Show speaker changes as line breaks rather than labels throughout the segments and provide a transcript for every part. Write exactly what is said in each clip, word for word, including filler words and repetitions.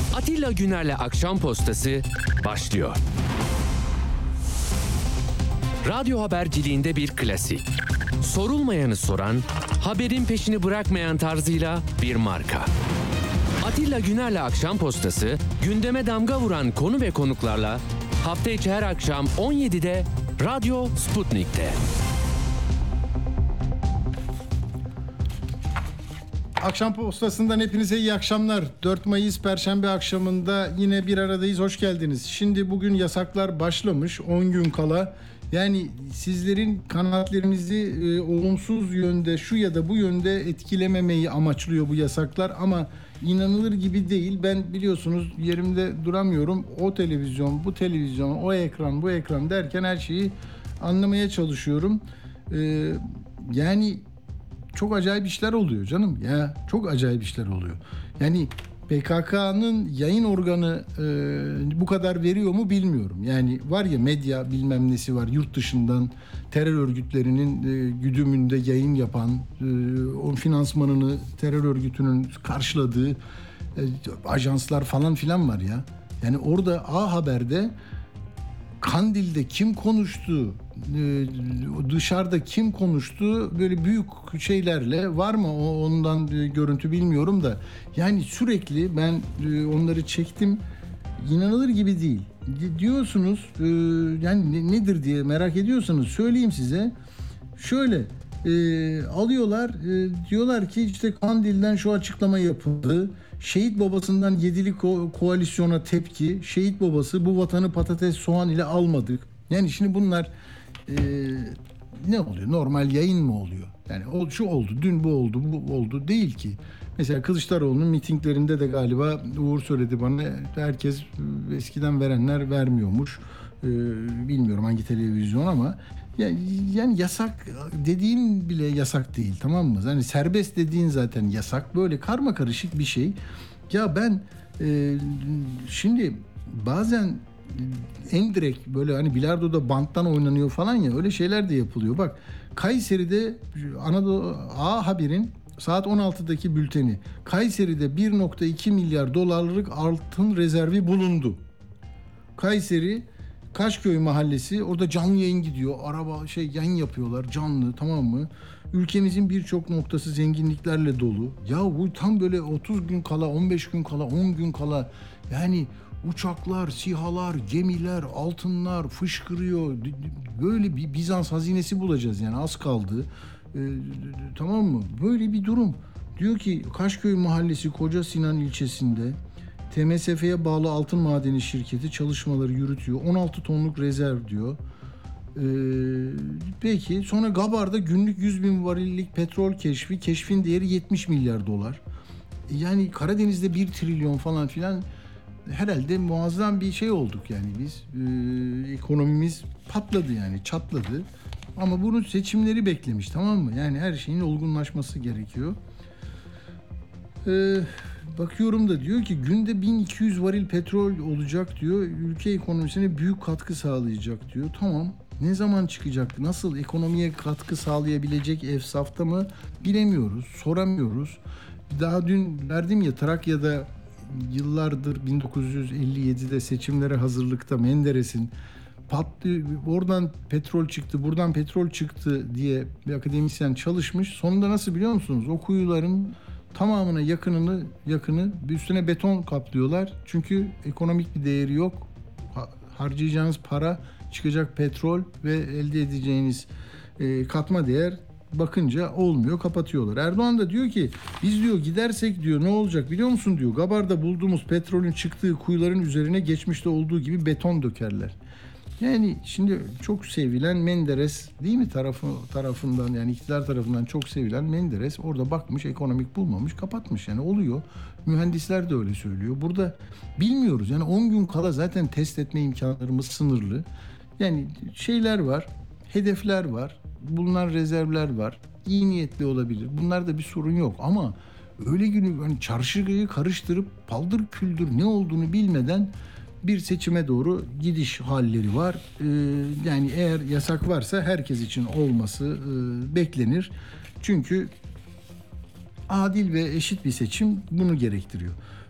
Atilla Güner'le Akşam Postası başlıyor. Radyo haberciliğinde bir klasik. Sorulmayanı soran, haberin peşini bırakmayan tarzıyla bir marka. Atilla Güner'le Akşam Postası, gündeme damga vuran konu ve konuklarla hafta içi her akşam on yedide Radyo Sputnik'te.
Akşam Postası'ndan hepinize iyi akşamlar. dört Mayıs Perşembe akşamında yine bir aradayız. Hoş geldiniz. Şimdi bugün yasaklar başlamış. on gün kala. Yani sizlerin kanaatlerinizi e, olumsuz yönde, şu ya da bu yönde etkilememeyi amaçlıyor bu yasaklar. Ama inanılır gibi değil. Ben biliyorsunuz yerimde duramıyorum. O televizyon, bu televizyon, o ekran, bu ekran derken her şeyi anlamaya çalışıyorum. E, yani... Çok acayip işler oluyor canım ya. Çok acayip işler oluyor. Yani P K K'nın yayın organı e, bu kadar veriyor mu bilmiyorum. Yani var ya, medya bilmem nesi var. Yurt dışından terör örgütlerinin e, güdümünde yayın yapan, e, o finansmanını terör örgütünün karşıladığı e, ajanslar falan filan var ya. Yani orada A Haber'de Kandil'de kim konuştu, dışarıda kim konuştu, böyle büyük şeylerle var mı ondan görüntü bilmiyorum da, yani sürekli ben onları çektim, inanılır gibi değil. Diyorsunuz yani nedir diye merak ediyorsanız söyleyeyim size. Şöyle e, alıyorlar, e, diyorlar ki işte Kandil'den şu açıklama yapıldı. Şehit babasından yedili ko- koalisyona tepki. Şehit babası, bu vatanı patates soğan ile almadık. Yani şimdi bunlar e, ne oluyor? Normal yayın mı oluyor? Yani o, şu oldu, dün bu oldu, bu oldu değil ki. Mesela Kılıçdaroğlu'nun mitinglerinde de galiba Uğur söyledi bana, herkes eskiden verenler vermiyormuş. E, bilmiyorum hangi televizyon ama yani, yani yasak dediğin bile yasak değil, tamam mı? Yani serbest dediğin zaten yasak. Böyle karma karışık bir şey. Ya ben e, şimdi bazen en direkt böyle hani bilardoda banttan oynanıyor falan ya, öyle şeyler de yapılıyor. Bak Kayseri'de Anadolu A Haber'in saat on altıdaki bülteni. Kayseri'de bir virgül iki milyar dolarlık altın rezervi bulundu. Kayseri Kaşköy mahallesi, orada canlı yayın gidiyor. Araba şey yayın yapıyorlar canlı, tamam mı? Ülkemizin birçok noktası zenginliklerle dolu. Ya bu tam böyle otuz gün kala, on beş gün kala, on gün kala, yani uçaklar, sihalar, gemiler, altınlar fışkırıyor. Böyle bir Bizans hazinesi bulacağız yani, az kaldı. Ee, tamam mı? Böyle bir durum. Diyor ki Kaşköy mahallesi Koca Sinan ilçesinde T M S F'ye bağlı altın madeni şirketi çalışmaları yürütüyor. on altı tonluk rezerv diyor. Ee, peki sonra Gabar'da günlük yüz bin varillik petrol keşfi. Keşfin değeri yetmiş milyar dolar. Yani Karadeniz'de bir trilyon falan filan, herhalde muazzam bir şey olduk yani biz. Ee, ekonomimiz patladı yani, çatladı. Ama bunun seçimleri beklemiş, tamam mı? Yani her şeyin olgunlaşması gerekiyor. Eee... Bakıyorum da diyor ki günde bin iki yüz varil petrol olacak diyor. Ülke ekonomisine büyük katkı sağlayacak diyor. Tamam. Ne zaman çıkacak? Nasıl ekonomiye katkı sağlayabilecek efsafta mı? Bilemiyoruz. Soramıyoruz. Daha dün verdim ya, Trakya'da yıllardır bin dokuz yüz elli yedide seçimlere hazırlıkta Menderes'in patlı, oradan petrol çıktı, buradan petrol çıktı diye bir akademisyen çalışmış. Sonunda nasıl biliyor musunuz? O kuyuların tamamına yakınını yakını üstüne beton kaplıyorlar. Çünkü ekonomik bir değeri yok. Harcayacağınız para, çıkacak petrol ve elde edeceğiniz e, katma değer bakınca olmuyor, kapatıyorlar. Erdoğan da diyor ki biz diyor gidersek diyor ne olacak biliyor musun diyor. Gabar'da bulduğumuz petrolün çıktığı kuyuların üzerine geçmişte olduğu gibi beton dökerler. Yani şimdi çok sevilen Menderes değil mi tarafı tarafından, yani iktidar tarafından çok sevilen Menderes orada bakmış, ekonomik bulmamış, kapatmış. Yani oluyor. Mühendisler de öyle söylüyor. Burada bilmiyoruz. Yani on gün kala zaten test etme imkanlarımız sınırlı. Yani şeyler var, hedefler var, bulunan rezervler var. İyi niyetli olabilir. Bunlarda bir sorun yok ama öyle günü hani çarşıyı karıştırıp paldır küldür ne olduğunu bilmeden bir seçime doğru gidiş halleri var. Ee, yani eğer yasak varsa herkes için olması e, beklenir. Çünkü adil ve eşit bir seçim bunu gerektiriyor.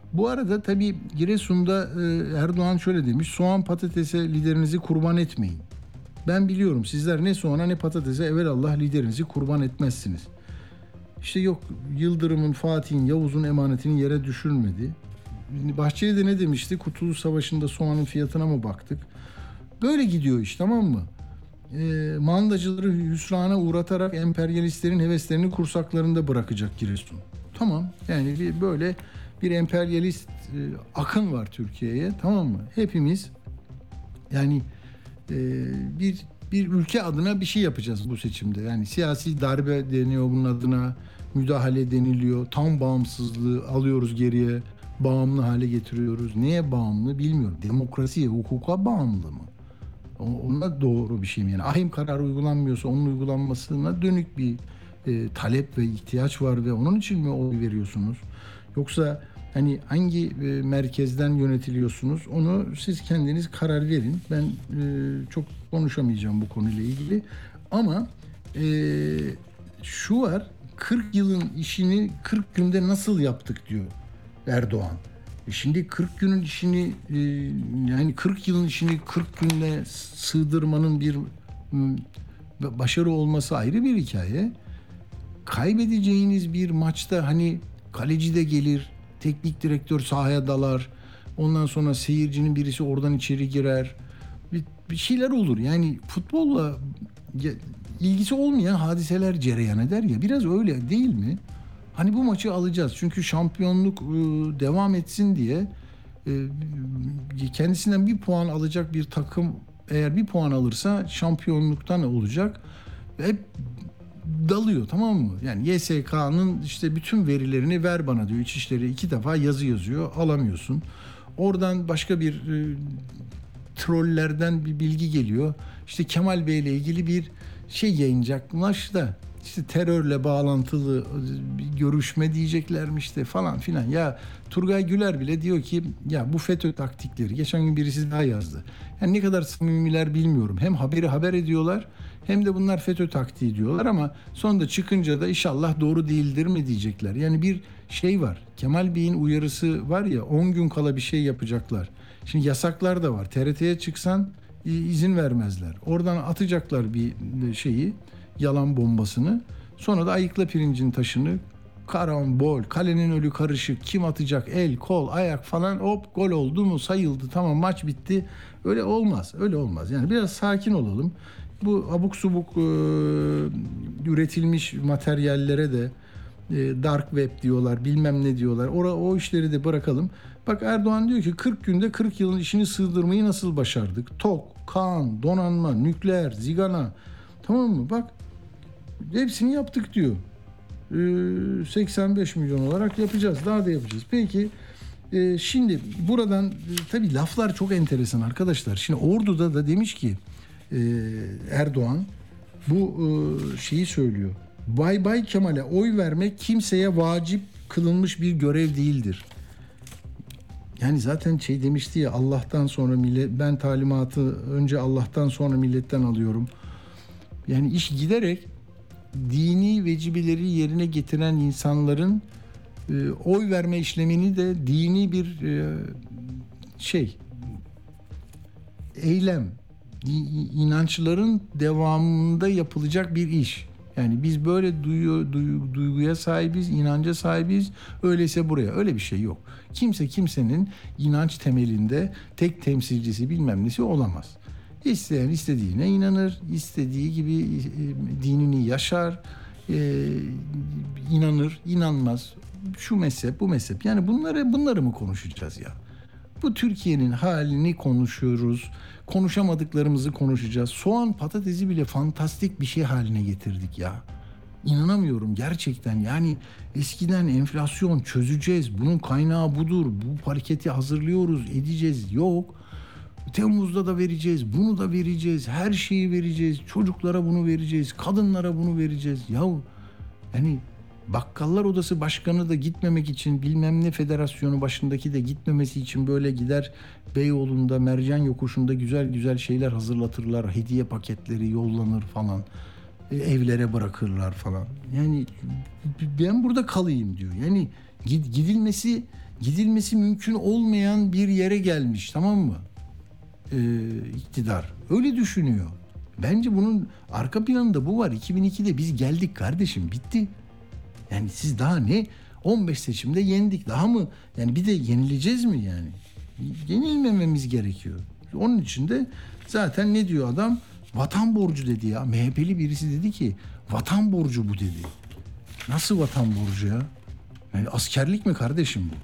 Bu arada tabii Giresun'da Erdoğan şöyle demiş: soğan patatese liderinizi kurban etmeyin. Ben biliyorum, sizler ne soğana ne patatese evelallah liderinizi kurban etmezsiniz. İşte yok Yıldırım'ın, Fatih'in, Yavuz'un emanetini yere düşürmedi. Bahçeli de ne demişti? Kurtuluş Savaşı'nda soğanın fiyatına mı baktık? Böyle gidiyor iş, tamam mı? E, mandacıları hüsrana uğratarak emperyalistlerin heveslerini kursaklarında bırakacak Giresun. Tamam, yani bir, böyle bir emperyalist e, akın var Türkiye'ye, tamam mı? Hepimiz yani e, bir bir ülke adına bir şey yapacağız bu seçimde. Yani siyasi darbe deniyor bunun adına, müdahale deniliyor. Tam bağımsızlığı alıyoruz geriye, bağımlı hale getiriyoruz. Neye bağımlı bilmiyorum. Demokrasiye, hukuka bağımlı mı? Ona doğru bir şey mi? Yani ahim kararı uygulanmıyorsa onun uygulanmasına dönük bir e, talep ve ihtiyaç var ve onun için mi oy veriyorsunuz? Yoksa hani hangi e, merkezden yönetiliyorsunuz? Onu siz kendiniz karar verin. Ben e, çok konuşamayacağım bu konuyla ilgili. Ama e, şu var, kırk yılın işini kırk günde nasıl yaptık diyor Erdoğan. E şimdi kırk günün işini e, yani kırk yılın işini kırk günde sığdırmanın bir m, başarı olması ayrı bir hikaye. Kaybedeceğiniz bir maçta hani kaleci de gelir, teknik direktör sahaya dalar, ondan sonra seyircinin birisi oradan içeri girer, bir, bir şeyler olur. Yani futbolla ilgisi olmayan hadiseler cereyan eder ya, biraz öyle değil mi? Hani bu maçı alacağız çünkü şampiyonluk e, devam etsin diye e, kendisinden bir puan alacak bir takım eğer bir puan alırsa şampiyonluktan olacak. Hep dalıyor, tamam mı? Yani Y S K'nın işte bütün verilerini ver bana diyor. İçişleri iki defa yazı yazıyor, alamıyorsun. Oradan başka bir e, trollerden bir bilgi geliyor. İşte Kemal Bey ile ilgili bir şey yayınlayacakmış da işte terörle bağlantılı bir görüşme diyeceklermiş de falan filan. Ya Turgay Güler bile diyor ki ya bu FETÖ taktikleri. Geçen gün birisi daha yazdı. Yani ne kadar samimiler bilmiyorum. Hem haberi haber ediyorlar hem de bunlar FETÖ taktiği diyorlar ama sonunda çıkınca da inşallah doğru değildir mi diyecekler. Yani bir şey var. Kemal Bey'in uyarısı var ya, on gün kala bir şey yapacaklar. Şimdi yasaklar da var. T R T'ye çıksan izin vermezler. Oradan atacaklar bir şeyi, yalan bombasını. Sonra da ayıkla pirincin taşını. Karambol, kalenin ölü karışık, kim atacak, el, kol, ayak falan, hop gol oldu mu sayıldı, tamam maç bitti. Öyle olmaz, öyle olmaz. Yani biraz sakin olalım. Bu abuk subuk e, üretilmiş materyallere de e, dark web diyorlar, bilmem ne diyorlar. Ora, o işleri de bırakalım. Bak Erdoğan diyor ki kırk günde kırk yılın işini sığdırmayı nasıl başardık? TOK, Kaan, donanma, nükleer, zigana. Tamam mı? Bak hepsini yaptık diyor. Ee, seksen beş milyon olarak yapacağız. Daha da yapacağız. Peki e, şimdi buradan e, tabii laflar çok enteresan arkadaşlar. Şimdi Ordu'da da demiş ki e, Erdoğan bu e, şeyi söylüyor. Bay Bay Kemal'e oy vermek kimseye vacip kılınmış bir görev değildir. Yani zaten şey demişti ya, Allah'tan sonra millet, ben talimatı önce Allah'tan sonra milletten alıyorum. Yani iş giderek dini vecibeleri yerine getiren insanların e, oy verme işlemini de dini bir e, şey, eylem, inançların devamında yapılacak bir iş. Yani biz böyle duygu, duygu, duyguya sahibiz, inanca sahibiz. Öyleyse buraya. Öyle bir şey yok. Kimse kimsenin inanç temelinde tek temsilcisi bilmem nesi olamaz. İsteyen istediğine inanır, istediği gibi e, dinini yaşar, e, inanır, inanmaz. Şu mezhep, bu mezhep. Yani bunları bunları mı konuşacağız ya? Bu Türkiye'nin halini konuşuyoruz. Konuşamadıklarımızı konuşacağız. Soğan patatesi bile fantastik bir şey haline getirdik ya. İnanamıyorum gerçekten. Yani eskiden enflasyon çözeceğiz, bunun kaynağı budur, bu paketi hazırlıyoruz, edeceğiz. Yok. Temmuz'da da vereceğiz, bunu da vereceğiz, her şeyi vereceğiz, çocuklara bunu vereceğiz, kadınlara bunu vereceğiz. Yahu yani Bakkallar Odası Başkanı da gitmemek için, bilmem ne federasyonu başındaki de gitmemesi için böyle gider Beyoğlu'nda, Mercan Yokuşu'nda güzel güzel şeyler hazırlatırlar. Hediye paketleri yollanır falan. E, evlere bırakırlar falan. Yani ben burada kalayım diyor. Yani gidilmesi gidilmesi mümkün olmayan bir yere gelmiş, tamam mı? Ee, iktidar öyle düşünüyor. Bence bunun arka planında bu var. iki bin ikide biz geldik kardeşim, bitti. Yani siz daha ne? on beş seçimde yendik. Daha mı? Yani bir de yenileceğiz mi yani? Yenilmememiz gerekiyor. Onun için de zaten ne diyor adam? Vatan borcu dedi ya. M H P'li birisi dedi ki vatan borcu bu dedi. Nasıl vatan borcu ya? Yani askerlik mi kardeşim bu?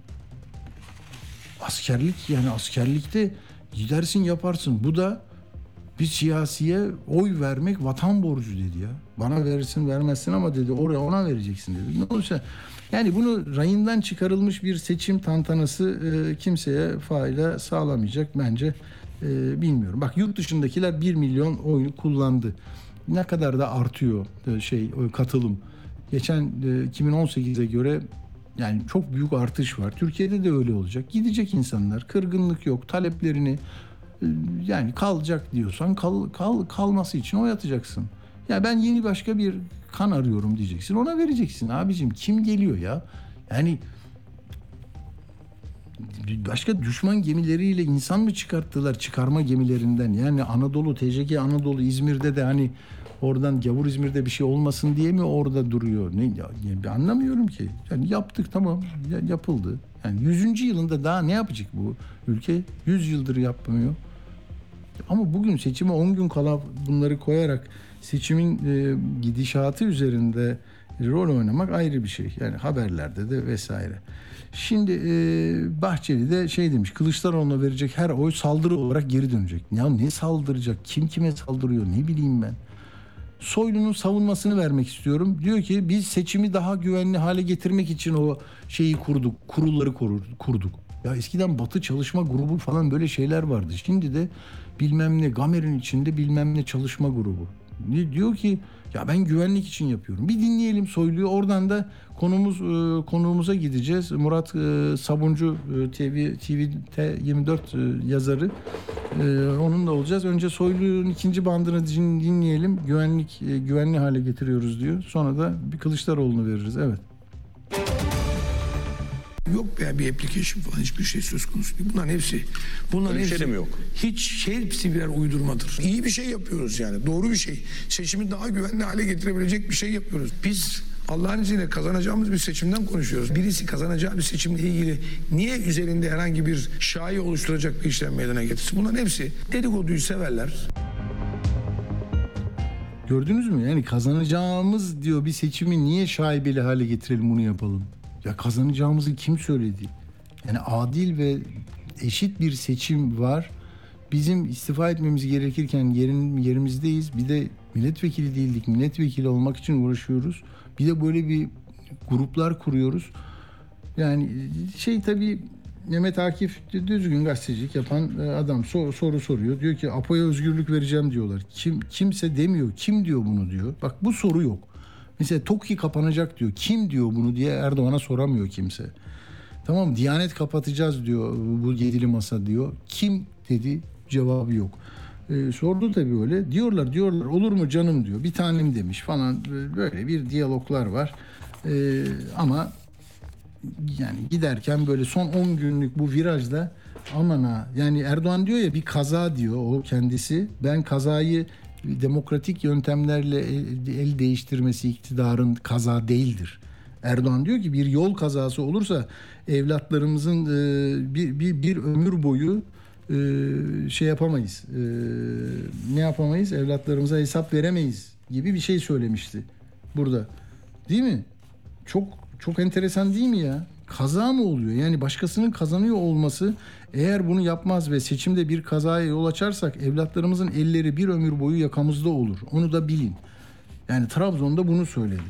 Askerlik, yani askerlikte gidersin yaparsın. Bu da bir siyasiye oy vermek vatan borcu dedi ya. Bana verirsin vermezsin ama dedi oraya ona vereceksin dedi. Ne olursa yani bunu rayından çıkarılmış bir seçim tantanası e, kimseye fayda sağlamayacak bence. E, bilmiyorum. Bak yurt dışındakiler bir milyon oy kullandı. Ne kadar da artıyor e, şey katılım. Geçen e, iki bin on sekize göre yani çok büyük artış var. Türkiye'de de öyle olacak. Gidecek insanlar. Kırgınlık yok. Taleplerini e, yani kalacak diyorsan kal, kal kalması için oy atacaksın. Ya ben yeni başka bir kan arıyorum diyeceksin. Ona vereceksin abicim. Kim geliyor ya? Yani başka düşman gemileriyle insan mı çıkarttılar çıkarma gemilerinden? Yani Anadolu, T C G Anadolu, İzmir'de de hani oradan gavur İzmir'de bir şey olmasın diye mi orada duruyor? Ne ya, yani anlamıyorum ki. Yani yaptık, tamam, yapıldı. Yani yüzüncü yılında daha ne yapacak bu ülke? yüz yıldır yapmıyor. Ama bugün seçime on gün kala bunları koyarak seçimin e, gidişatı üzerinde rol oynamak ayrı bir şey. Yani haberlerde de vesaire. Şimdi e, Bahçeli de şey demiş, Kılıçdaroğlu'na verecek her oy saldırı olarak geri dönecek. Ya ne saldıracak? Kim kime saldırıyor? Ne bileyim ben. Soylu'nun savunmasını vermek istiyorum. Diyor ki biz seçimi daha güvenli hale getirmek için o şeyi kurduk. Kurulları kurduk. Ya eskiden Batı Çalışma Grubu falan böyle şeyler vardı. Şimdi de bilmem ne Gamer'in içinde bilmem ne çalışma grubu. Ne diyor ki ya ben güvenlik için yapıyorum. Bir dinleyelim Soylu'yu. Oradan da konumuz e, konuğumuza gideceğiz. Murat e, Sabuncu e, T V T V T yirmi dört e, yazarı. E, onunla olacağız. Önce Soylu'nun ikinci bandını dinleyelim. Güvenlik e, güvenli hale getiriyoruz diyor. Sonra da bir Kılıçdaroğlu'nu veririz. Evet.
Yok veya bir application falan hiçbir şey söz konusu değil. Bunların hepsi, bunların
Öyle bir
hepsi
şey de mi yok?
hiç şey, hepsi birer uydurmadır. İyi bir şey yapıyoruz yani. Doğru bir şey. Seçimi daha güvenli hale getirebilecek bir şey yapıyoruz. Biz Allah'ın izniyle kazanacağımız bir seçimden konuşuyoruz. Birisi kazanacağı bir seçimle ilgili niye üzerinde herhangi bir şahi oluşturacak bir işlem meydana getirsin? Bunların hepsi dedikoduyu severler.
Gördünüz mü? Yani kazanacağımız diyor bir seçimi niye şaibeli hale getirelim, bunu yapalım. Ya kazanacağımızı kim söyledi? Yani adil ve eşit bir seçim var. Bizim istifa etmemiz gerekirken yerin, yerimizdeyiz. Bir de milletvekili değildik. Milletvekili olmak için uğraşıyoruz. Bir de böyle bir gruplar kuruyoruz. Yani şey tabii Mehmet Akif düzgün gazetecilik yapan adam sor, soru soruyor. Diyor ki Apo'ya özgürlük vereceğim diyorlar. Kim kimse demiyor. Kim diyor bunu diyor. Bak bu soru yok. Mesela TOKİ kapanacak diyor. Kim diyor bunu diye Erdoğan'a soramıyor kimse. Tamam, Diyanet kapatacağız diyor bu yedili masa diyor. Kim dedi, cevabı yok. Ee, sordu tabii öyle. Diyorlar diyorlar olur mu canım diyor. Bir tanem demiş falan, böyle bir diyaloglar var. Ee, ama yani giderken böyle son on günlük bu virajda aman ha, yani Erdoğan diyor ya bir kaza diyor o kendisi. Ben kazayı demokratik yöntemlerle el, el değiştirmesi iktidarın kaza değildir. Erdoğan diyor ki bir yol kazası olursa evlatlarımızın e, bir, bir bir ömür boyu e, şey yapamayız. E, ne yapamayız? Evlatlarımıza hesap veremeyiz gibi bir şey söylemişti burada. Değil mi? Çok çok enteresan değil mi ya? Kaza mı oluyor? Yani başkasının kazanıyor olması, eğer bunu yapmaz ve seçimde bir kazaya yol açarsak evlatlarımızın elleri bir ömür boyu yakamızda olur. Onu da bilin. Yani Trabzon'da bunu söyledi.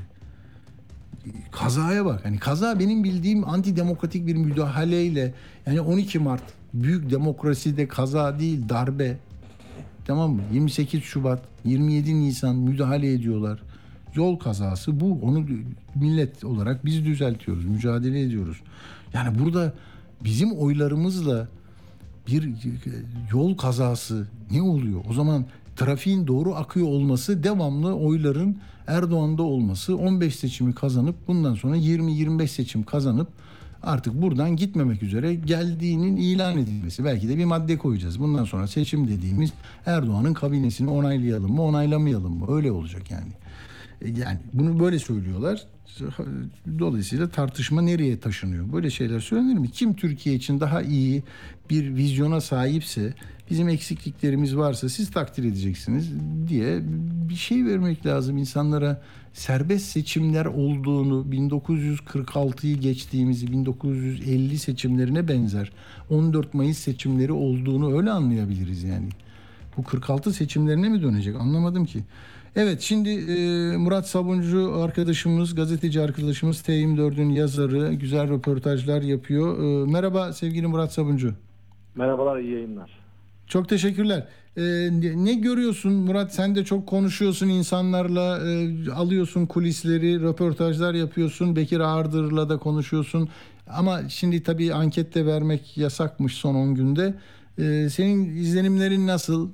Kazaya bak. Yani kaza benim bildiğim antidemokratik bir müdahaleyle, yani on iki Mart büyük demokraside kaza değil darbe. Tamam mı? yirmi sekiz Şubat, yirmi yedi Nisan müdahale ediyorlar. Yol kazası bu. Onu millet olarak biz düzeltiyoruz, mücadele ediyoruz. Yani burada bizim oylarımızla bir yol kazası ne oluyor? O zaman trafiğin doğru akıyor olması, devamlı oyların Erdoğan'da olması, on beş seçimi kazanıp bundan sonra yirmi yirmi beş seçim kazanıp artık buradan gitmemek üzere geldiğinin ilan edilmesi. Belki de bir madde koyacağız. Bundan sonra seçim dediğimiz Erdoğan'ın kabinesini onaylayalım mı, onaylamayalım mı? Öyle olacak yani. Yani bunu böyle söylüyorlar. Dolayısıyla tartışma nereye taşınıyor? Böyle şeyler söylenir mi? Kim Türkiye için daha iyi bir vizyona sahipse, bizim eksikliklerimiz varsa siz takdir edeceksiniz diye bir şey vermek lazım insanlara. Serbest seçimler olduğunu, bin dokuz yüz kırk altıyı geçtiğimizi, bin dokuz yüz elli seçimlerine benzer on dört Mayıs seçimleri olduğunu öyle anlayabiliriz yani. Bu kırk altı seçimlerine mi dönecek? Anlamadım ki. Evet, şimdi e, Murat Sabuncu arkadaşımız, gazeteci arkadaşımız, T yirmi dört'ün yazarı, güzel röportajlar yapıyor. E, merhaba sevgili Murat Sabuncu.
Merhabalar, iyi yayınlar.
Çok teşekkürler. E, ne görüyorsun Murat? Sen de çok konuşuyorsun insanlarla, e, alıyorsun kulisleri, röportajlar yapıyorsun. Bekir Ağırdır'la da konuşuyorsun. Ama şimdi tabii ankette vermek yasakmış son on günde. E, senin izlenimlerin nasıl?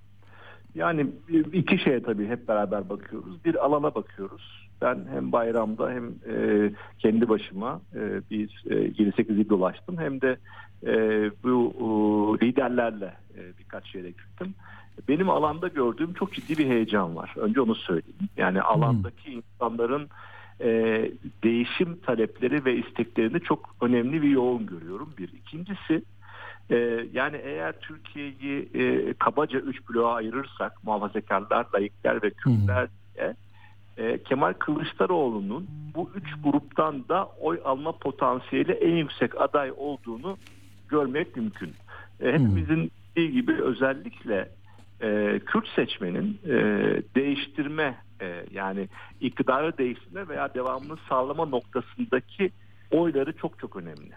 Yani iki şeye tabii hep beraber bakıyoruz. Bir, alana bakıyoruz. Ben hem bayramda hem e, kendi başıma e, bir e, yedi sekiz il dolaştım. Hem de e, bu e, liderlerle e, birkaç yere gittim. Benim alanda gördüğüm çok ciddi bir heyecan var. Önce onu söyleyeyim. Yani alandaki hmm. insanların e, değişim talepleri ve isteklerini çok önemli ve yoğun görüyorum. Bir. İkincisi, Ee, yani eğer Türkiye'yi e, kabaca üç bloğa ayırırsak, muhafazakarlar, laikler ve Kürtler diye, e, Kemal Kılıçdaroğlu'nun bu üç gruptan da oy alma potansiyeli en yüksek aday olduğunu görmek mümkün. E, hepimizin bildiği gibi özellikle e, Kürt seçmenin e, değiştirme e, yani iktidarı değiştirme veya devamını sağlama noktasındaki oyları çok çok önemli.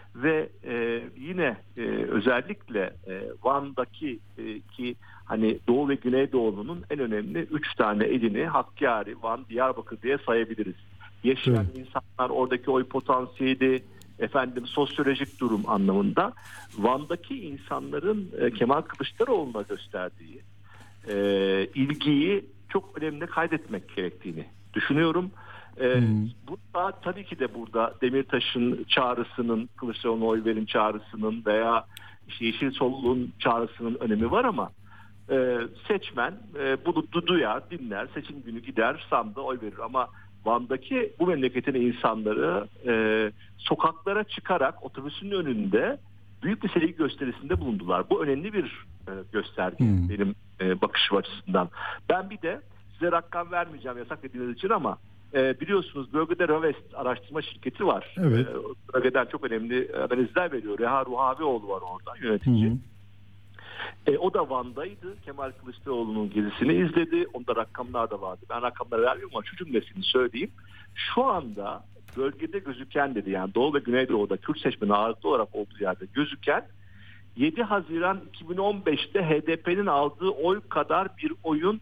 Ve e, yine e, özellikle e, Van'daki e, ki hani Doğu ve Güneydoğu'nun en önemli üç tane elini Hakkari, Van, Diyarbakır diye sayabiliriz. Yaşayan evet. insanlar, oradaki oy potansiyeli, efendim sosyolojik durum anlamında Van'daki insanların e, Kemal Kılıçdaroğlu'na gösterdiği e, ilgiyi çok önemli kaydetmek gerektiğini düşünüyorum. Ee, hmm. Bu da tabii ki de burada Demirtaş'ın çağrısının, Kılıçdaroğlu'na oy verin çağrısının veya işte Yeşil Sol'un çağrısının önemi var ama e, seçmen e, bunu duyar, dinler, seçim günü gider, sandığa oy verir. Ama Van'daki bu memleketin insanları e, sokaklara çıkarak otobüsün önünde büyük bir sevgi gösterisinde bulundular. Bu önemli bir e, gösterge hmm. benim e, bakışım açısından. Ben bir de size rakam vermeyeceğim yasak dediğiniz için ama E, biliyorsunuz bölgede Ravest araştırma şirketi var.
Evet.
E, bölgeden çok önemli analizler veriyor. Reha Ruhavioğlu var orada yönetici. Hı hı. E, o da Van'daydı. Kemal Kılıçdaroğlu'nun gezisini izledi. Onda rakamlar da vardı. Ben rakamları vermiyorum ama şu cümlesini söyleyeyim. Şu anda bölgede gözüken dedi, yani Doğu ve Güneydoğu'da Kürt seçmeni ağırlıklı olarak olduğu yerde gözüken yedi Haziran iki bin on beşte H D P'nin aldığı oy kadar bir oyun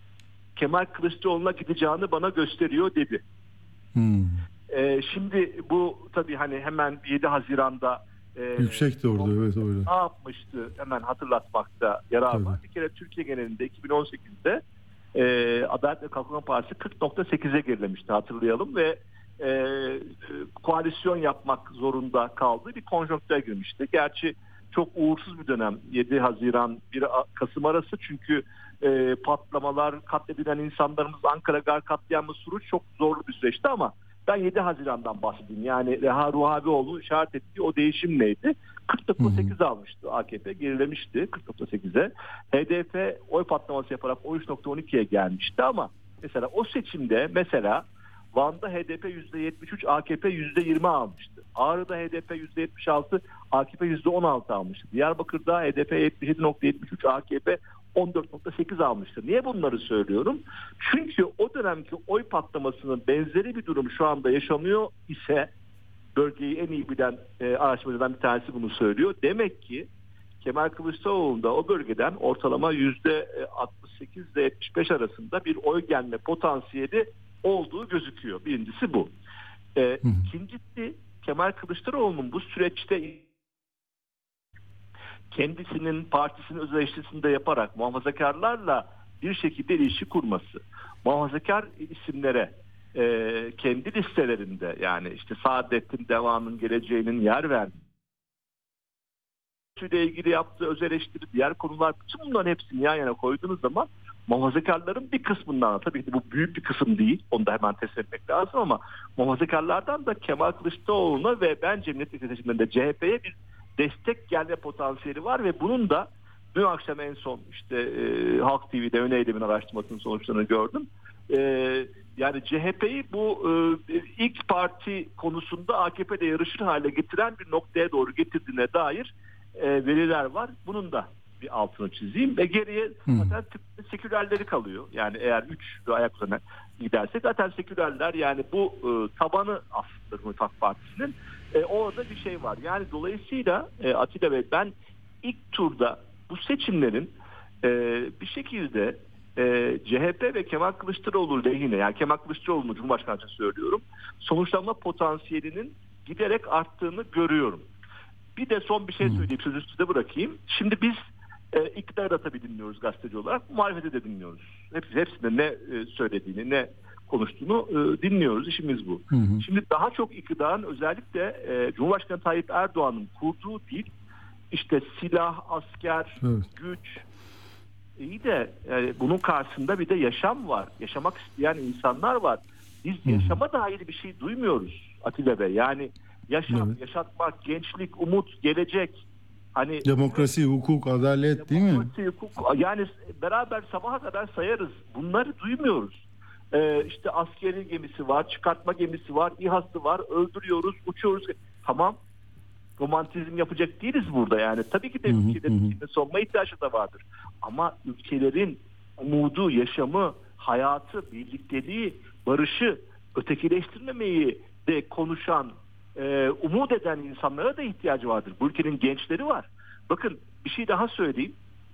Kemal Kılıçdaroğlu'na gideceğini bana gösteriyor dedi. Hmm. Ee, şimdi bu tabii hani hemen yedi Haziran'da e,
yüksekti orada, evet öyle.
Ne yapmıştı hemen hatırlatmakta yarar var. Bir kere Türkiye genelinde iki bin on sekizde e, Adalet ve Kalkınma Partisi kırk nokta sekize gerilemişti, hatırlayalım ve e, koalisyon yapmak zorunda kaldığı bir konjonktüre girmişti. Gerçi çok uğursuz bir dönem yedi Haziran bir Kasım arası, çünkü e, patlamalar, katledilen insanlarımız, Ankara Gar katliamı, Suruç çok zorlu bir süreçti ama ben yedi Haziran'dan bahsedeyim. Yani Reha Ruhavioğlu işaret ettiği o değişim neydi? kırk nokta sekiz almıştı A K P, gerilemişti kırk nokta sekize. H D P oy patlaması yaparak on üç nokta on ikiye gelmişti ama mesela o seçimde mesela Van'da H D P yüzde yetmiş üç, A K P yüzde yirmi almıştı. Ağrı'da H D P yüzde yetmiş altı, A K P yüzde on altı almıştı. Diyarbakır'da H D P yetmiş yedi nokta yetmiş üç, A K P on dört nokta sekiz almıştı. Niye bunları söylüyorum? Çünkü o dönemki oy patlamasının benzeri bir durum şu anda yaşanıyor ise, bölgeyi en iyi bilen e, araştırmacılardan bir tanesi bunu söylüyor. Demek ki Kemal Kılıçdaroğlu'nda o bölgeden ortalama yüzde altmış sekiz ile yetmiş beş arasında bir oy gelme potansiyeli olduğu gözüküyor. Birincisi bu. E, ikincisi, Kemal Kılıçdaroğlu'nun bu süreçte kendisinin partisinin öz eleştirisinde yaparak muhafazakarlarla bir şekilde ilişki kurması, muhafazakar isimlere e, kendi listelerinde, yani işte Saadettin Deva'nın geleceğinin yer verdiği, ile ilgili yaptığı öz eleştiri, diğer konular, bütün bunların hepsini yan yana koyduğunuz zaman muhafazakarların bir kısmından, tabii ki bu büyük bir kısım değil, onu da hemen test etmek lazım, ama muhafazakarlardan da Kemal Kılıçdaroğlu'na ve bence milletvekili seçimlerinde C H P'ye bir destek gelme potansiyeli var ve bunun da dün akşam en son işte e, Halk T V'de Öne Eylem'in araştırmasının sonuçlarını gördüm. E, yani C H P'yi bu e, ilk parti konusunda A K P'de yarışır hale getiren bir noktaya doğru getirdiğine dair e, veriler var. Bunun da bir altını çizeyim ve geriye hmm. zaten sekülerleri kalıyor. Yani eğer üç ayak üzerine gidersek zaten sekülerler, yani bu e, tabanı aslında Cumhuriyet Halk Partisi'nin, e, orada bir şey var. Yani dolayısıyla e, Atilla Bey, ben ilk turda bu seçimlerin e, bir şekilde e, C H P ve Kemal Kılıçdaroğlu lehine, yani Kemal Kılıçdaroğlu'nu Cumhurbaşkanı için söylüyorum, sonuçlanma potansiyelinin giderek arttığını görüyorum. Bir de son bir şey söyleyeyim, sözü size bırakayım. Şimdi biz e, iktidarı da tabii dinliyoruz gazeteci olarak, muhalefeti de dinliyoruz. Hepsi, hepsinde ne e, söylediğini, ne konuştuğunu e, dinliyoruz. İşimiz bu. Hı hı. Şimdi daha çok iktidarın, özellikle e, Cumhurbaşkanı Tayyip Erdoğan'ın kurduğu dil, işte silah, asker, evet. güç, iyi de yani bunun karşısında bir de yaşam var. Yaşamak isteyen insanlar var. Biz hı hı. yaşama dair bir şey duymuyoruz Atilla Bey. Yani yaşam, evet. yaşatmak, gençlik, umut, gelecek. Hani
demokrasi, hukuk, adalet, değil mi? Demokrasi,
hukuk, yani beraber sabaha kadar sayarız. Bunları duymuyoruz. Ee, işte askeri gemisi var, çıkartma gemisi var, İHA'sı var, öldürüyoruz, uçuyoruz. Tamam. Romantizm yapacak değiliz burada yani. Tabii ki de ülkelerin içinde sonma ihtiyacı da vardır. Ama ülkelerin umudu, yaşamı, hayatı, birlikteliği, barışı, ötekileştirmemeyi de konuşan, e, umut eden insanlara da ihtiyacı vardır. Bu ülkenin gençleri var. Bakın bir şey daha söyleyeyim.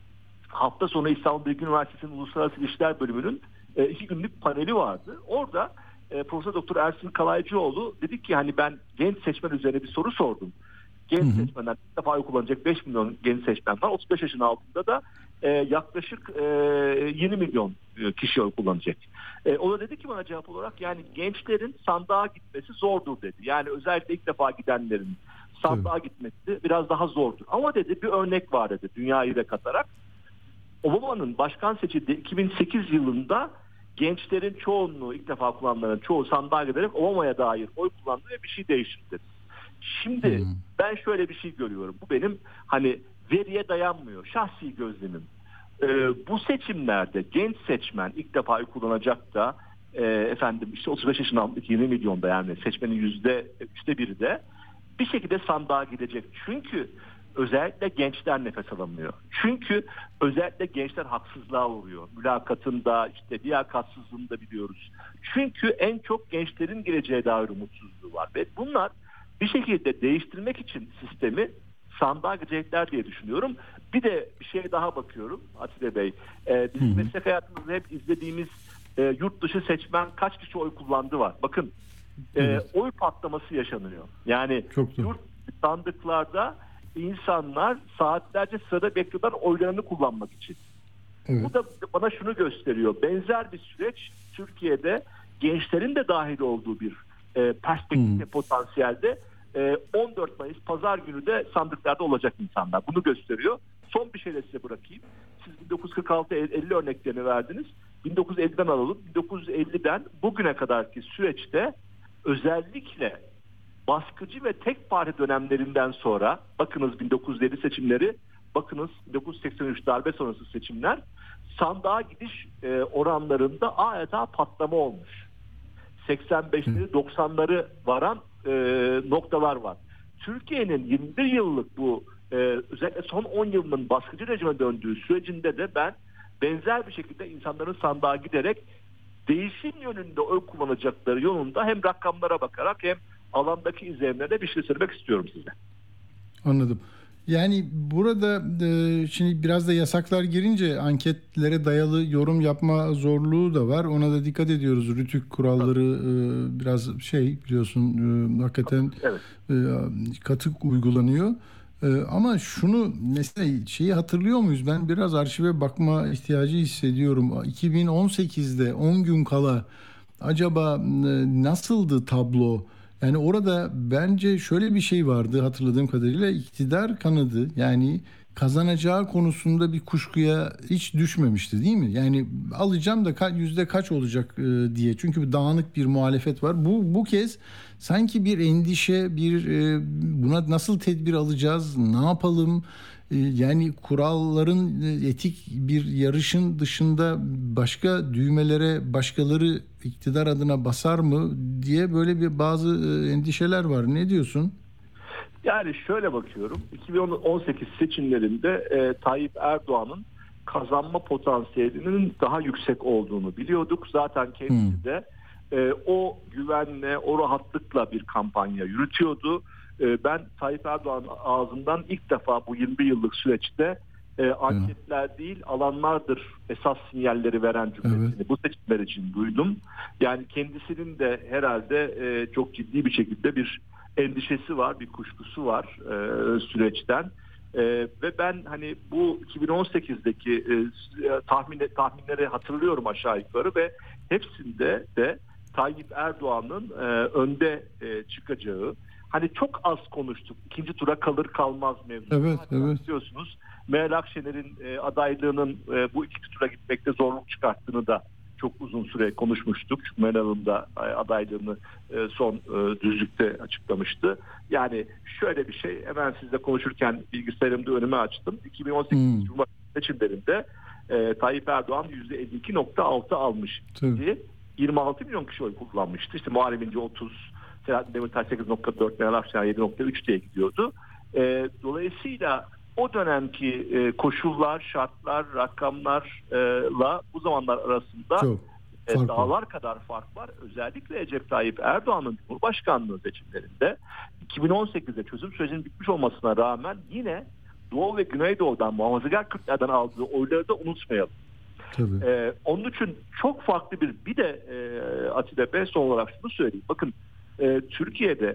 Hafta sonu İstanbul Bilgi Üniversitesi'nin Uluslararası İlişkiler Bölümünün e, iki günlük paneli vardı. Orada e, Profesör Doktor Ersin Kalaycıoğlu dedi ki, hani ben genç seçmen üzerine bir soru sordum. Genç hı hı. seçmenler, ilk defa oy kullanacak beş milyon genç seçmen var. otuz beş yaşın altında da e, yaklaşık e, yirmi milyon kişi oy kullanacak. E, o da dedi ki bana cevap olarak, yani gençlerin sandığa gitmesi zordur dedi. Yani özellikle ilk defa gidenlerin sandığa Tabii. gitmesi biraz daha zordur. Ama dedi bir örnek var dedi, dünyayı da katarak. Obama'nın başkan seçildiği iki bin sekiz yılında gençlerin çoğunluğu, ilk defa kullananların çoğu sandığa giderek Obama'ya dair oy kullandı ve bir şey değişti dedi. Şimdi hmm. ben şöyle bir şey görüyorum. Bu benim hani veriye dayanmıyor. Şahsi gözlemim. Ee, bu seçimlerde genç seçmen ilk defa oy kullanacak da e, efendim işte otuz beş yaşın altındaki yirmi milyonda, yani seçmenin yüzde üçte biri de bir şekilde sandığa gidecek. Çünkü özellikle gençler nefes alamıyor. Çünkü özellikle gençler haksızlığa uğruyor. Mülakatında, işte liyakatsızlığını biliyoruz. Çünkü en çok gençlerin geleceğe dair umutsuzluğu var. Ve bunlar bir şekilde değiştirmek için sistemi sandığa gidecekler diye düşünüyorum. Bir de bir şeye daha bakıyorum Atilla Bey. Ee, bizim meslek hayatımızda hep izlediğimiz e, yurt dışı seçmen kaç kişi oy kullandı var. Bakın e, oy patlaması yaşanıyor. Yani yurt sandıklarda insanlar saatlerce sırada bekliyorlar oylarını kullanmak için. Evet. Bu da bana şunu gösteriyor. Benzer bir süreç Türkiye'de gençlerin de dahil olduğu bir e, perspektif ve potansiyelde e, on dört Mayıs Pazar günü de sandıklarda olacak insanlar. Bunu gösteriyor. Son bir şeyle size bırakayım. Siz bin dokuz yüz kırk altı elli örneklerini verdiniz. bin dokuz yüz elliden alalım. bin dokuz yüz elliden bugüne kadarki süreçte özellikle baskıcı ve tek parti dönemlerinden sonra, bakınız bin dokuz yüz elli seçimleri, bakınız bin dokuz yüz seksen üç darbe sonrası seçimler, sandığa gidiş e, oranlarında adeta patlama olmuş. seksen beşleri doksanları varan e, noktalar var. Türkiye'nin yirmi bir yıllık bu e, özellikle son on yılının baskıcı rejime döndüğü sürecinde de ben benzer bir şekilde insanların sandığa giderek değişim yönünde oy kullanacakları yolunda hem rakamlara bakarak hem alandaki izlenimlerine bir şey söylemek istiyorum size.
Anladım. Yani burada e, şimdi biraz da yasaklar girince anketlere dayalı yorum yapma zorluğu da var. Ona da dikkat ediyoruz. Rütük kuralları e, biraz şey biliyorsun e, hakikaten evet. e, katık uygulanıyor. E, ama şunu mesela şeyi hatırlıyor muyuz? Ben biraz arşive bakma ihtiyacı hissediyorum. iki bin on sekizde on gün kala acaba nasıldı tablo? Yani orada bence şöyle bir şey vardı hatırladığım kadarıyla, iktidar kanadı yani kazanacağı konusunda bir kuşkuya hiç düşmemişti değil mi? Yani alacağım da yüzde kaç olacak diye, çünkü bir dağınık bir muhalefet var. Bu bu kez sanki bir endişe, bir buna nasıl tedbir alacağız, ne yapalım? Yani kuralların, etik bir yarışın dışında başka düğmelere başkaları iktidar adına basar mı diye böyle bir bazı endişeler var. Ne diyorsun?
Yani şöyle bakıyorum. iki bin on sekiz seçimlerinde e, Tayyip Erdoğan'ın kazanma potansiyelinin daha yüksek olduğunu biliyorduk. Zaten kendisi hmm. de e, o güvenle, o rahatlıkla bir kampanya yürütüyordu. E, ben Tayyip Erdoğan ağzından ilk defa bu yirmi yıllık süreçte e, anketler hmm. değil alanlardır esas sinyalleri veren cümlesini evet. bu seçimler için duydum. Yani kendisinin de herhalde e, çok ciddi bir şekilde bir endişesi var, bir kuşkusu var e, süreçten e, ve ben hani bu iki bin on sekizdeki e, tahmin tahminleri hatırlıyorum aşağı yukarı ve hepsinde de Tayyip Erdoğan'ın e, önde e, çıkacağı, hani çok az konuştuk, ikinci tura kalır kalmaz mevzu.
Evet, evet.
Biliyorsunuz Meral Akşener'in e, adaylığının e, bu ikinci tura gitmekte zorluk çıkarttığını da çok uzun süre konuşmuştuk. Meral'ın da adaylığını son düzlükte açıklamıştı. Yani şöyle bir şey, hemen sizle konuşurken bilgisayarımda önüme açtım. iki bin on sekiz hmm. Cumhurbaşkanı seçimlerinde e, Tayyip Erdoğan yüzde elli iki nokta altı almış. yirmi altı milyon kişi oy kullanmıştı. İşte Muharrem İnce otuz, Selahattin Demirtaş sekiz nokta dört, Meral Akşener yedi nokta üç diye gidiyordu. E, dolayısıyla o dönemki e, koşullar, şartlar, rakamlarla bu zamanlar arasında e, dağlar kadar fark var. Özellikle Recep Tayyip Erdoğan'ın Cumhurbaşkanlığı seçimlerinde iki bin on sekizde çözüm sürecinin bitmiş olmasına rağmen yine Doğu ve Güneydoğu'dan, muhafazakar Kürtlerden aldığı oyları da unutmayalım. E, onun için çok farklı bir bir de e, Atilla Bey son olarak şunu söyleyeyim. Bakın e, Türkiye'de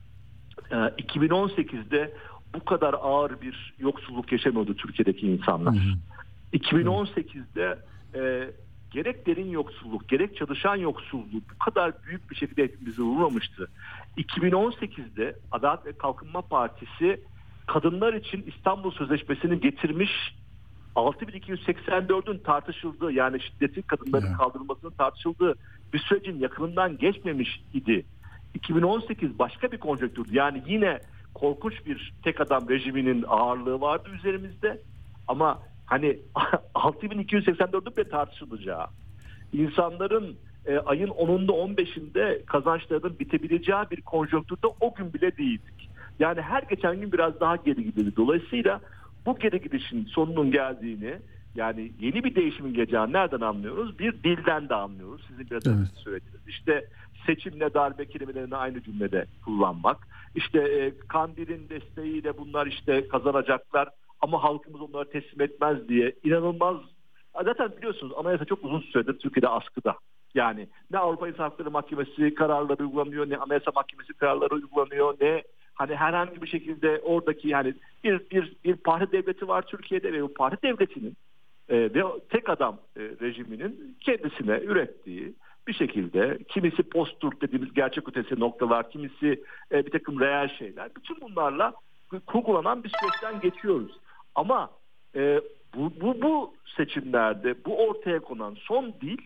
e, iki bin on sekizde bu kadar ağır bir yoksulluk yaşamıyordu Türkiye'deki insanlar. Hı hı. iki bin on sekizde e, gerek derin yoksulluk, gerek çalışan yoksulluk bu kadar büyük bir şekilde hepimizi vurmamıştı. iki bin on sekizde Adalet ve Kalkınma Partisi kadınlar için İstanbul Sözleşmesi'ni getirmiş, altı bin iki yüz seksen dördün tartışıldığı, yani şiddetin kadınların yeah. kaldırılmasının tartışıldığı bir sürecin yakınından geçmemiş idi. iki bin on sekiz başka bir konjonktürdü. Yani yine korkunç bir tek adam rejiminin ağırlığı vardı üzerimizde. Ama hani altı bin iki yüz seksen dördün bile tartışılacağı, insanların e, ayın onunda on beşinde kazançlarının bitebileceği bir konjonktürde o gün bile değildik. Yani her geçen gün biraz daha geri gidiyordu. Dolayısıyla bu geri gidişin sonunun geldiğini, yani yeni bir değişimin geleceğini nereden anlıyoruz? Bir dilden de anlıyoruz. Sizin biraz önce evet. söylediğiniz. İşte seçimle darbe kelimelerini aynı cümlede kullanmak. İşte e, Kandil'in desteğiyle bunlar işte kazanacaklar ama halkımız onları teslim etmez diye inanılmaz. Zaten biliyorsunuz anayasa çok uzun süredir Türkiye'de askıda. Yani ne Avrupa İnsan Hakları Mahkemesi kararları uygulanıyor, ne Anayasa Mahkemesi kararları uygulanıyor, ne hani herhangi bir şekilde oradaki yani bir bir bir parti devleti var Türkiye'de ve bu parti devletinin e, ve tek adam e, rejiminin kendisine ürettiği bir şekilde kimisi post-Türk dediğimiz gerçek ötesi noktalar, kimisi e, bir takım reel şeyler. Bütün bunlarla kurgulanan bir süreçten geçiyoruz. Ama e, bu, bu, bu seçimlerde bu ortaya konan son dil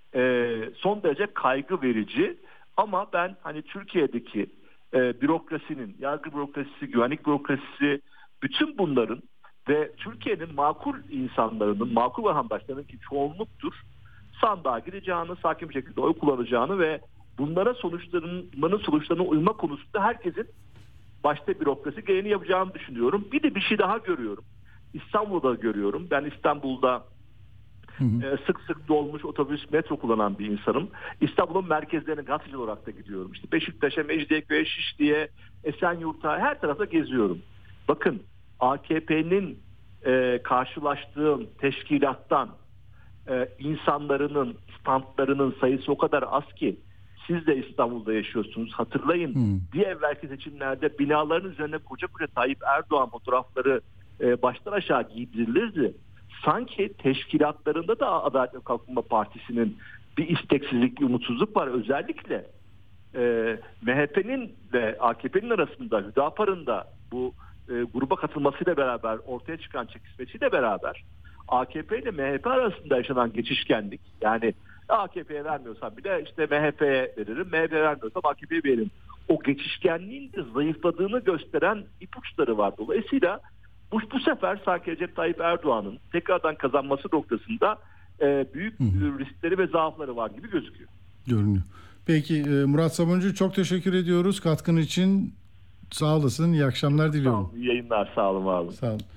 e, son derece kaygı verici. Ama ben hani Türkiye'deki e, bürokrasinin, yargı bürokrasisi, güvenlik bürokrasisi, bütün bunların ve Türkiye'nin makul insanlarının, makul vatandaşlarının ki çoğunluktur, sandığa gireceğini, sakin bir şekilde oy kullanacağını ve bunlara sonuçlarının, bunların sonuçlarına uyma konusunda herkesin başta bürokrasi gereğini yapacağını düşünüyorum. Bir de bir şey daha görüyorum. İstanbul'da görüyorum. Ben İstanbul'da hı hı. E, sık sık dolmuş otobüs, metro kullanan bir insanım. İstanbul'un merkezlerine gazeteci olarak da gidiyorum. İşte Beşiktaş'a, Mecidiyeköy'e, Şişli'ye, Esenyurt'a, her tarafta geziyorum. Bakın A K P'nin e, karşılaştığım teşkilattan e, insanların, standlarının sayısı o kadar az ki, siz de İstanbul'da yaşıyorsunuz. Hatırlayın hmm. bir evvelki seçimlerde binaların üzerine koca koca Tayyip Erdoğan fotoğrafları e, baştan aşağı giydirilirdi. Sanki teşkilatlarında da Adalet ve Kalkınma Partisi'nin bir isteksizlik, bir umutsuzluk var. Özellikle e, M H P'nin ve A K P'nin arasında, Hüdapar'ın da bu e, gruba katılmasıyla beraber ortaya çıkan çekişmesiyle beraber A K P ile M H P arasında yaşanan geçişkenlik, yani A K P'ye vermiyorsam bile işte M H P'ye veririm, M H P'ye vermiyorsam A K P'ye veririm. O geçişkenliğin de zayıfladığını gösteren ipuçları var. Dolayısıyla bu, bu sefer sanki Recep Tayyip Erdoğan'ın tekrardan kazanması noktasında e, büyük
Hı.
riskleri ve zaafları var gibi gözüküyor.
Görünüyor. Peki e, Murat Sabuncu, çok teşekkür ediyoruz katkın için. Sağ olasın. İyi akşamlar diliyorum.
Sağ olun, iyi yayınlar, sağ olun, var olun.
Sağ olun.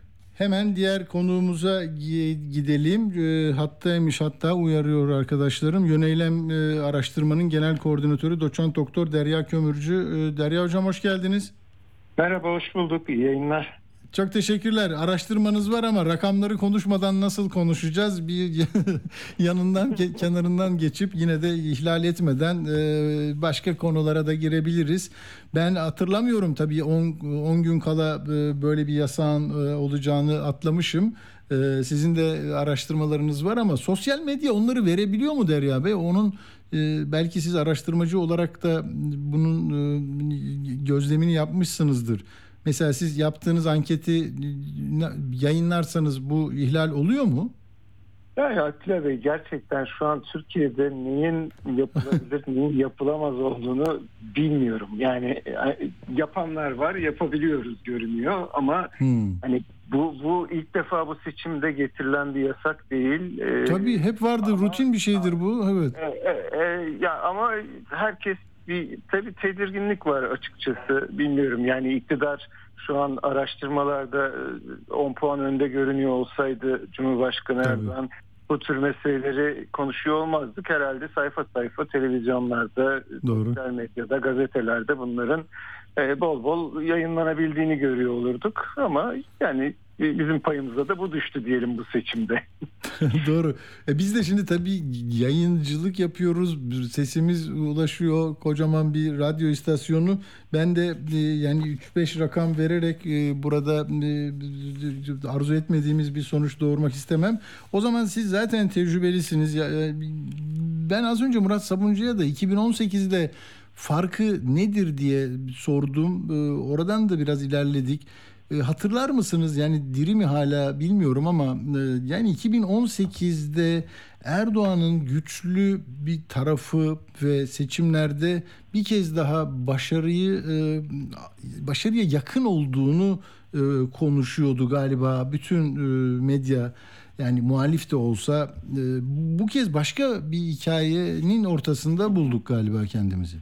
Hemen diğer konuğumuza gidelim. E, hattaymış, hatta uyarıyor arkadaşlarım. Yöneylem e, Araştırma'nın Genel Koordinatörü Doçent Doktor Derya Kömürcü. E, Derya Hocam, hoş geldiniz.
Merhaba, hoş bulduk. İyi yayınlar.
Çok teşekkürler. Araştırmanız var ama rakamları konuşmadan nasıl konuşacağız? Bir yanından kenarından geçip yine de ihlal etmeden başka konulara da girebiliriz. Ben hatırlamıyorum tabii on gün kala böyle bir yasağın olacağını atlamışım. Sizin de araştırmalarınız var ama sosyal medya onları verebiliyor mu Derya Bey? Onun belki siz araştırmacı olarak da bunun gözlemini yapmışsınızdır. Mesela siz yaptığınız anketi yayınlarsanız bu ihlal oluyor mu?
Yani Atilla Bey, gerçekten şu an Türkiye'de neyin yapılabilir, neyin yapılamaz olduğunu bilmiyorum. Yani yapanlar var, yapabiliyoruz görünüyor ama hmm. hani bu bu ilk defa bu seçimde getirilen bir yasak değil.
Tabii hep vardı, ama, rutin bir şeydir bu. Evet.
E, e, e, ya ama herkes bir tabii tedirginlik var açıkçası. Bilmiyorum, yani iktidar şu an araştırmalarda on puan önde görünüyor olsaydı Cumhurbaşkanı tabii Erdoğan bu tür meseleleri konuşuyor olmazdık. Herhalde sayfa sayfa televizyonlarda, doğru, sosyal medyada, gazetelerde bunların bol bol yayınlanabildiğini görüyor olurduk. Ama yani bizim payımıza da bu düştü diyelim bu seçimde.
Doğru. E biz de şimdi tabii yayıncılık yapıyoruz. Sesimiz ulaşıyor. Kocaman bir radyo istasyonu. Ben de e, yani üç beş rakam vererek e, burada e, arzu etmediğimiz bir sonuç doğurmak istemem. O zaman siz zaten tecrübelisiniz. Ya, e, ben az önce Murat Sabuncu'ya da iki bin on sekizde farkı nedir diye sordum. E, oradan da biraz ilerledik. E, hatırlar mısınız? Yani diri mi hala bilmiyorum ama e, yani iki bin on sekizde Erdoğan'ın güçlü bir tarafı ve seçimlerde bir kez daha başarıyı e, başarıya yakın olduğunu e, konuşuyordu galiba bütün e, medya. Yani muhalif de olsa e, bu kez başka bir hikayenin ortasında bulduk galiba kendimizi.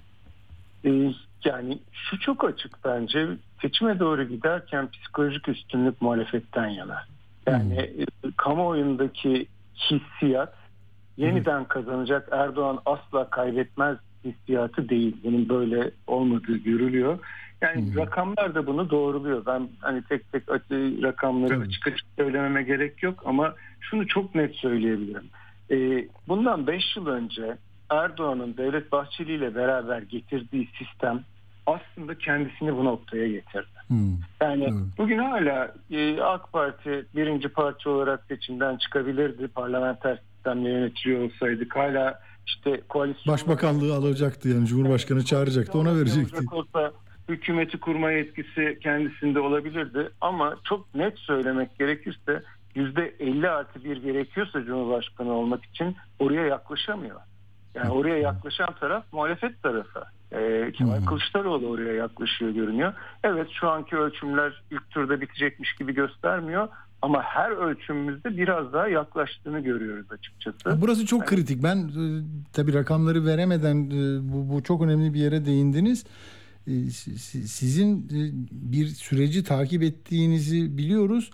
E, yani şu çok açık bence. Seçime doğru giderken psikolojik üstünlük muhalefetten yana. Yani hmm. kamuoyundaki hissiyat yeniden hmm. kazanacak, Erdoğan asla kaybetmez hissiyatı değil. Bunun böyle olmadığı görülüyor. Yani hmm. rakamlar da bunu doğruluyor. Ben hani tek tek rakamları hmm. açık açık söylememe gerek yok ama şunu çok net söyleyebilirim. Ee, bundan beş yıl önce Erdoğan'ın Devlet Bahçeli ile beraber getirdiği sistem aslında kendisini bu noktaya getirdi. Hmm. Yani hmm. bugün hala e, AK Parti birinci parti olarak seçimden çıkabilirdi. Parlamenter sistemle yönetiliyor olsaydık hala işte koalisyon...
Başbakanlığı alacaktı, yani Cumhurbaşkanı yani, çağıracaktı, ona verecekti.
Olsa, hükümeti kurma yetkisi kendisinde olabilirdi ama çok net söylemek gerekirse yüzde elli artı bir gerekiyorsa Cumhurbaşkanı olmak için oraya yaklaşamıyor. Yani oraya yaklaşan taraf muhalefet tarafı. Ee, Kemal hmm. Kılıçdaroğlu oraya yaklaşıyor görünüyor. Evet, şu anki ölçümler ilk turda bitecekmiş gibi göstermiyor. Ama her ölçümümüzde biraz daha yaklaştığını görüyoruz açıkçası.
Burası çok yani, kritik. Ben e, tabii rakamları veremeden e, bu, bu çok önemli bir yere değindiniz. E, sizin e, bir süreci takip ettiğinizi biliyoruz.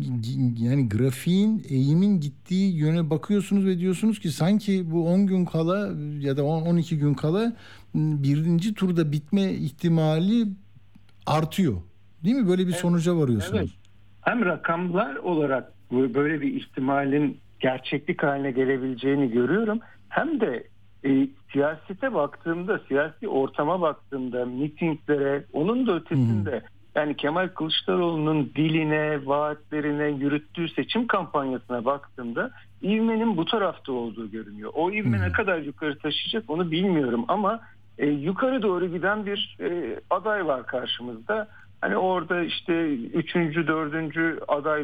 Yani grafiğin, eğimin gittiği yöne bakıyorsunuz ve diyorsunuz ki sanki bu on gün kala ya da on on iki gün kala birinci turda bitme ihtimali artıyor. Değil mi? Böyle bir evet, sonuca varıyorsunuz. Evet.
Hem rakamlar olarak böyle bir ihtimalin gerçeklik haline gelebileceğini görüyorum. Hem de e, siyasete baktığımda, siyasi ortama baktığımda, mitinglere, onun da ötesinde hmm. Yani Kemal Kılıçdaroğlu'nun diline, vaatlerine, yürüttüğü seçim kampanyasına baktığımda ivmenin bu tarafta olduğu görünüyor. O ivme ne kadar yukarı taşıyacak onu bilmiyorum ama e, yukarı doğru giden bir e, aday var karşımızda. Hani orada işte üçüncü, dördüncü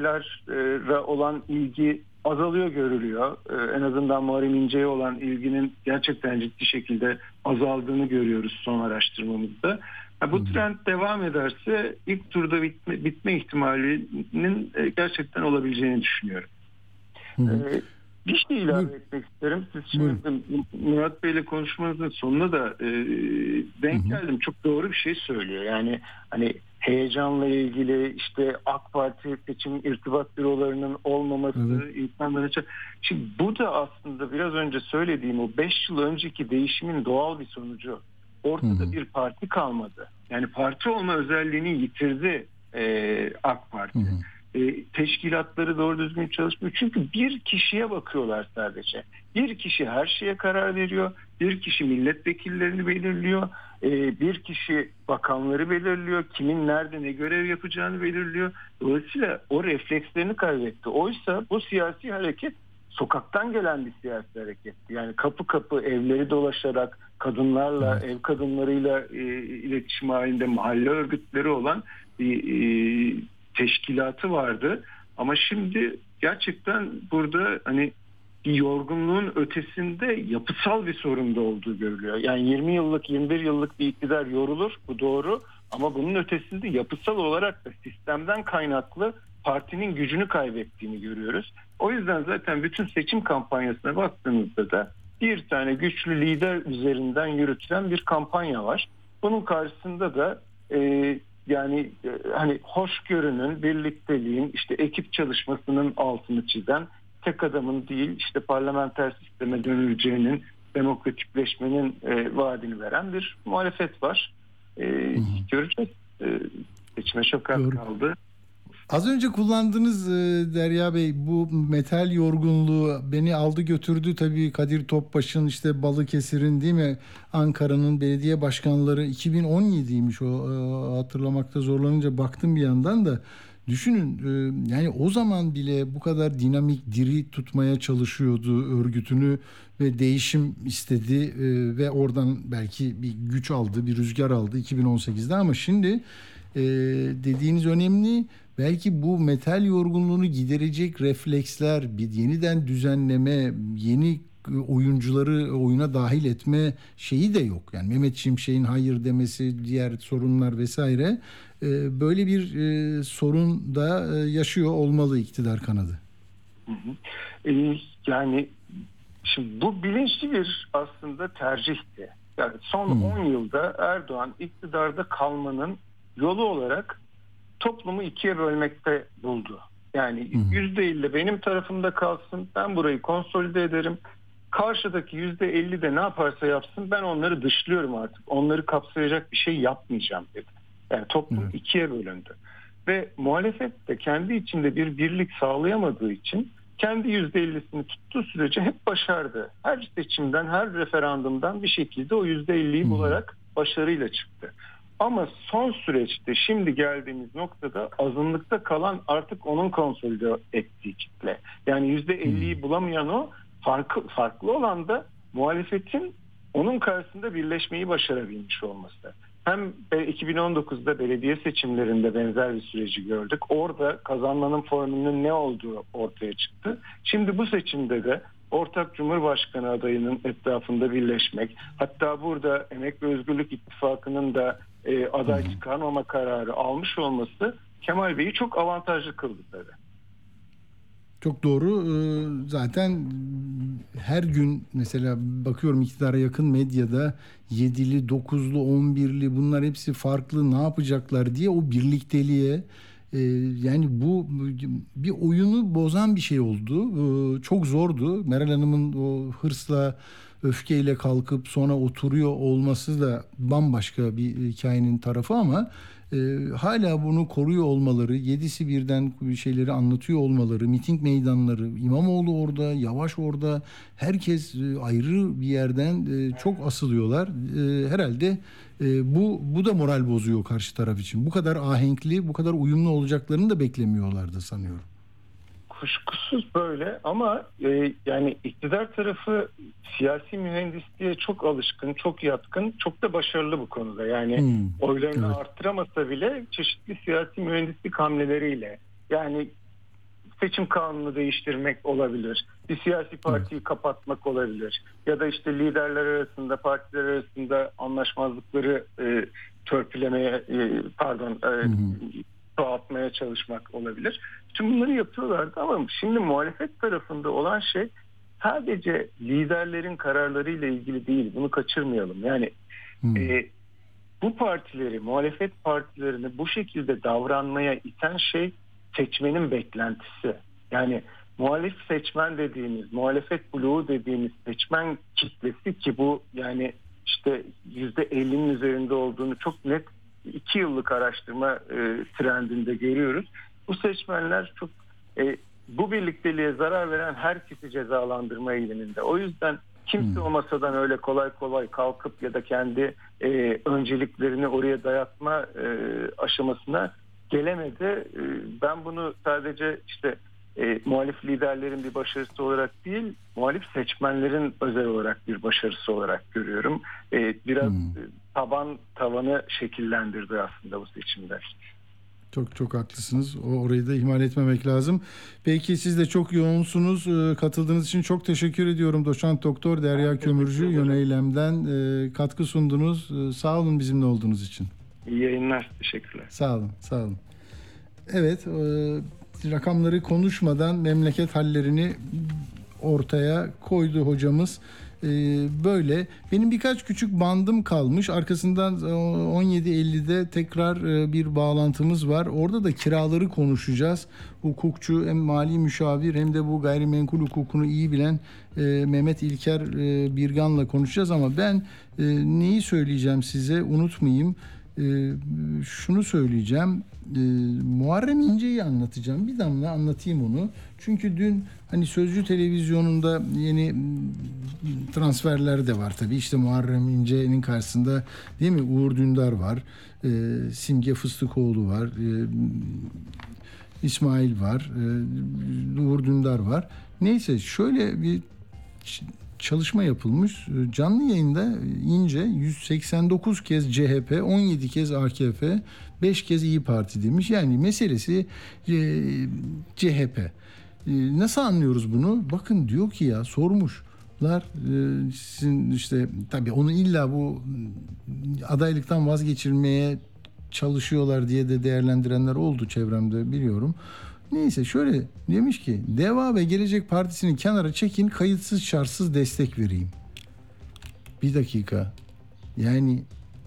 adaylara olan ilgi azalıyor görülüyor. Ee, en azından Muharrem İnce'ye olan ilginin gerçekten ciddi şekilde azaldığını görüyoruz son araştırmamızda. Ha, bu trend devam ederse ilk turda bitme, bitme ihtimalinin e, gerçekten olabileceğini düşünüyorum. Ee, bir şey ilave Buyur. etmek isterim. Siz şimdi Buyur. Murat Bey'le konuşmanızın sonunda da e, denk geldim. Çok doğru bir şey söylüyor. Yani hani heyecanla ilgili işte AK Parti seçim irtibat bürolarının olmaması, evet. insanların... Şimdi bu da aslında biraz önce söylediğim o beş yıl önceki değişimin doğal bir sonucu. Ortada Hı-hı. bir parti kalmadı. Yani parti olma özelliğini yitirdi e, AK Parti. E, teşkilatları doğru düzgün çalışmıyor. Çünkü bir kişiye bakıyorlar sadece. Bir kişi her şeye karar veriyor. Bir kişi milletvekillerini belirliyor. E, bir kişi bakanları belirliyor. Kimin nerede ne görev yapacağını belirliyor. Dolayısıyla o reflekslerini kaybetti. Oysa bu siyasi hareket sokaktan gelen bir siyasi hareketti. Yani kapı kapı evleri dolaşarak kadınlarla, evet. ev kadınlarıyla e, iletişim halinde mahalle örgütleri olan bir e, teşkilatı vardı. Ama şimdi gerçekten burada hani bir yorgunluğun ötesinde yapısal bir sorunda olduğu görülüyor. Yani yirmi yıllık, yirmi bir yıllık bir iktidar yorulur, bu doğru. Ama bunun ötesinde yapısal olarak da sistemden kaynaklı partinin gücünü kaybettiğini görüyoruz. O yüzden zaten bütün seçim kampanyasına baktığımızda da bir tane güçlü lider üzerinden yürütülen bir kampanya var. Bunun karşısında da e, yani e, hani hoşgörünün, birlikteliğin, işte ekip çalışmasının altını çizen, tek adamın değil işte parlamenter sisteme dönüleceğinin, demokratikleşmenin e, vaadini veren bir muhalefet var. E, göreceğiz. E, seçime çok az kaldı.
Az önce kullandığınız Derya Bey bu metal yorgunluğu beni aldı götürdü. Tabii Kadir Topbaş'ın işte Balıkesir'in değil mi Ankara'nın belediye başkanları iki bin on yediymiş o hatırlamakta zorlanınca baktım bir yandan da. Düşünün yani o zaman bile bu kadar dinamik diri tutmaya çalışıyordu örgütünü ve değişim istedi ve oradan belki bir güç aldı, bir rüzgar aldı iki bin on sekizde ama şimdi dediğiniz önemli. Belki bu metal yorgunluğunu giderecek refleksler, bir yeniden düzenleme, yeni oyuncuları oyuna dahil etme şeyi de yok. Yani Mehmet Şimşek'in hayır demesi, diğer sorunlar vesaire. Böyle bir sorun da yaşıyor olmalı iktidar kanadı.
Hı hı. Ee, yani şimdi bu bilinçli bir aslında tercihti. Yani son on yılda Erdoğan iktidarda kalmanın yolu olarak toplumu ikiye bölmekte buldu. Yani yüzde elli benim tarafımda kalsın, ben burayı konsolide ederim. Karşıdaki yüzde elli de ne yaparsa yapsın, ben onları dışlıyorum artık. Onları kapsayacak bir şey yapmayacağım dedi. Yani toplum Hı. ikiye bölündü. Ve muhalefet de kendi içinde bir birlik sağlayamadığı için kendi yüzde ellisini tuttuğu sürece hep başardı. Her seçimden, her referandumdan bir şekilde o yüzde elliyi Hı. bularak başarıyla çıktı. Ama son süreçte şimdi geldiğimiz noktada azınlıkta kalan artık onun konsolide ettiği kitle. Yani yüzde elliyi bulamayan o, farklı, farklı olan da muhalefetin onun karşısında birleşmeyi başarabilmiş olması. Hem iki bin on dokuzda belediye seçimlerinde benzer bir süreci gördük. Orada kazanmanın formülünün ne olduğu ortaya çıktı. Şimdi bu seçimde de ortak Cumhurbaşkanı adayının etrafında birleşmek, hatta burada Emek ve Özgürlük İttifakı'nın da e, aday çıkarmama kararı almış olması Kemal Bey'i çok avantajlı kıldı tabii.
Çok doğru. Zaten her gün mesela bakıyorum iktidara yakın medyada yedili, dokuzlu, on birli bunlar hepsi farklı, ne yapacaklar diye o birlikteliğe yani bu bir oyunu bozan bir şey oldu. Çok zordu. Meral Hanım'ın o hırsla, öfkeyle kalkıp sonra oturuyor olması da bambaşka bir hikayenin tarafı ama e, hala bunu koruyor olmaları, yedisi birden bir şeyleri anlatıyor olmaları, miting meydanları, İmamoğlu orada, Yavaş orada, herkes e, ayrı bir yerden e, çok asılıyorlar. E, herhalde e, bu bu da moral bozuyor karşı taraf için. Bu kadar ahenkli, bu kadar uyumlu olacaklarını da beklemiyorlardı sanıyorum.
Kuşkusuz böyle ama e, yani iktidar tarafı siyasi mühendisliğe çok alışkın, çok yatkın, çok da başarılı bu konuda. Yani
Hmm,
oylarını
evet.
arttıramasa bile çeşitli siyasi mühendislik hamleleriyle, yani seçim kanunu değiştirmek olabilir, bir siyasi partiyi evet. kapatmak olabilir ya da işte liderler arasında, partiler arasında anlaşmazlıkları e, törpülemeye, e, pardon, e, hmm. çoğaltmaya çalışmak olabilir. Tüm bunları yapıyorlardı ama şimdi muhalefet tarafında olan şey sadece liderlerin kararlarıyla ilgili değil. Bunu kaçırmayalım. Yani hmm. e, bu partileri, muhalefet partilerini bu şekilde davranmaya iten şey seçmenin beklentisi. Yani muhalif seçmen dediğimiz, muhalefet bloğu dediğimiz seçmen kitlesi ki bu yani işte yüzde ellinin üzerinde olduğunu çok net iki yıllık araştırma e, trendinde görüyoruz. Bu seçmenler çok e, bu birlikteliğe zarar veren herkesi cezalandırma eğiliminde. O yüzden kimse hmm. o masadan öyle kolay kolay kalkıp ya da kendi e, önceliklerini oraya dayatma e, aşamasına gelemedi. E, ben bunu sadece işte e, muhalif liderlerin bir başarısı olarak değil, muhalif seçmenlerin özel olarak bir başarısı olarak görüyorum. E, biraz hmm. taban tavanı şekillendirdi aslında bu seçimler.
Çok çok haklısınız. O orayı da ihmal etmemek lazım. Peki siz de çok yoğunsunuz. Katıldığınız için çok teşekkür ediyorum. Doçent Doktor Derya Kömürcü Yöneylem'den katkı sundunuz. Sağ olun bizimle olduğunuz için.
İyi yayınlar. Teşekkürler.
Sağ olun. Sağ olun. Evet, rakamları konuşmadan memleket hallerini ortaya koydu hocamız. Böyle. Benim birkaç küçük bandım kalmış. Arkasından on yedi ellide tekrar bir bağlantımız var. Orada da kiraları konuşacağız. Hukukçu hem mali müşavir hem de bu gayrimenkul hukukunu iyi bilen Mehmet İlker Birgan'la konuşacağız ama ben neyi söyleyeceğim size unutmayayım. Şunu söyleyeceğim. Muharrem İnce'yi anlatacağım. Bir damla anlatayım onu. Çünkü dün hani Sözcü televizyonunda yeni transferler de var tabii. İşte Muharrem İnce'nin karşısında değil mi Uğur Dündar var. E, Simge Fıstıkoğlu var. E, İsmail var. E, Uğur Dündar var. Neyse şöyle bir çalışma yapılmış. Canlı yayında İnce yüz seksen dokuz kez C H P, on yedi kez A K P, beş kez İYİ Parti demiş. Yani meselesi e, C H P. E, nasıl anlıyoruz bunu? Bakın diyor ki ya sormuşlar e, sizin işte tabii onu illa bu adaylıktan vazgeçirmeye çalışıyorlar diye de değerlendirenler oldu çevremde biliyorum. Neyse şöyle demiş ki Deva ve Gelecek Partisi'ni kenara çekin kayıtsız şartsız destek vereyim. Bir dakika. Yani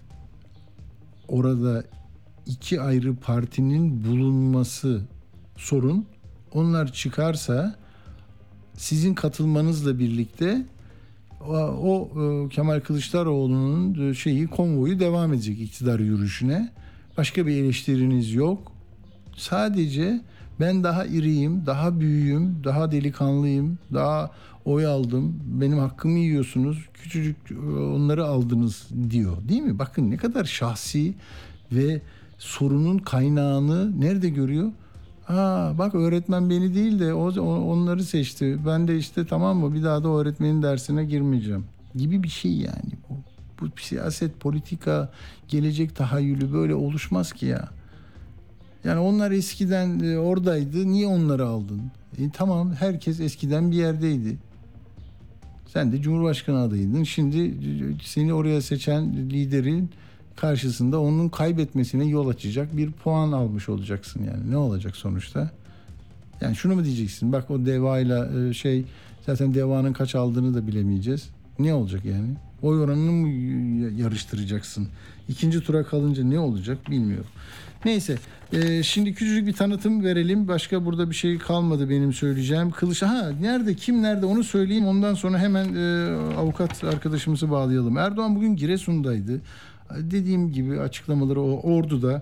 orada iki ayrı partinin bulunması sorun. Onlar çıkarsa sizin katılmanızla birlikte o, o Kemal Kılıçdaroğlu'nun şeyi konvoyu devam edecek iktidar yürüyüşüne. Başka bir eleştiriniz yok. Sadece ben daha iriyim, daha büyüğüm, daha delikanlıyım, daha oy aldım, benim hakkımı yiyorsunuz, küçücük onları aldınız diyor. Değil mi? Bakın ne kadar şahsi ve sorunun kaynağını nerede görüyor? Aa, bak öğretmen beni değil de o, onları seçti. Ben de işte tamam mı bir daha da öğretmenin dersine girmeyeceğim gibi bir şey yani. Bu, bu siyaset, politika, gelecek tahayyülü böyle oluşmaz ki ya. Yani onlar eskiden oradaydı. Niye onları aldın? E, tamam herkes eskiden bir yerdeydi. Sen de Cumhurbaşkanı adayıydın. Şimdi seni oraya seçen liderin karşısında onun kaybetmesine yol açacak bir puan almış olacaksın yani. Ne olacak sonuçta? Yani şunu mu diyeceksin? Bak o Deva'yla şey zaten Deva'nın kaç aldığını da bilemeyeceğiz. Ne olacak yani? Oy oranını mı yarıştıracaksın? İkinci tura kalınca ne olacak bilmiyorum. Neyse e, şimdi küçücük bir tanıtım verelim. Başka burada bir şey kalmadı benim söyleyeceğim. Kılıç ha nerede kim nerede onu söyleyeyim. Ondan sonra hemen e, avukat arkadaşımızı bağlayalım. Erdoğan bugün Giresun'daydı. Dediğim gibi açıklamaları o Ordu'da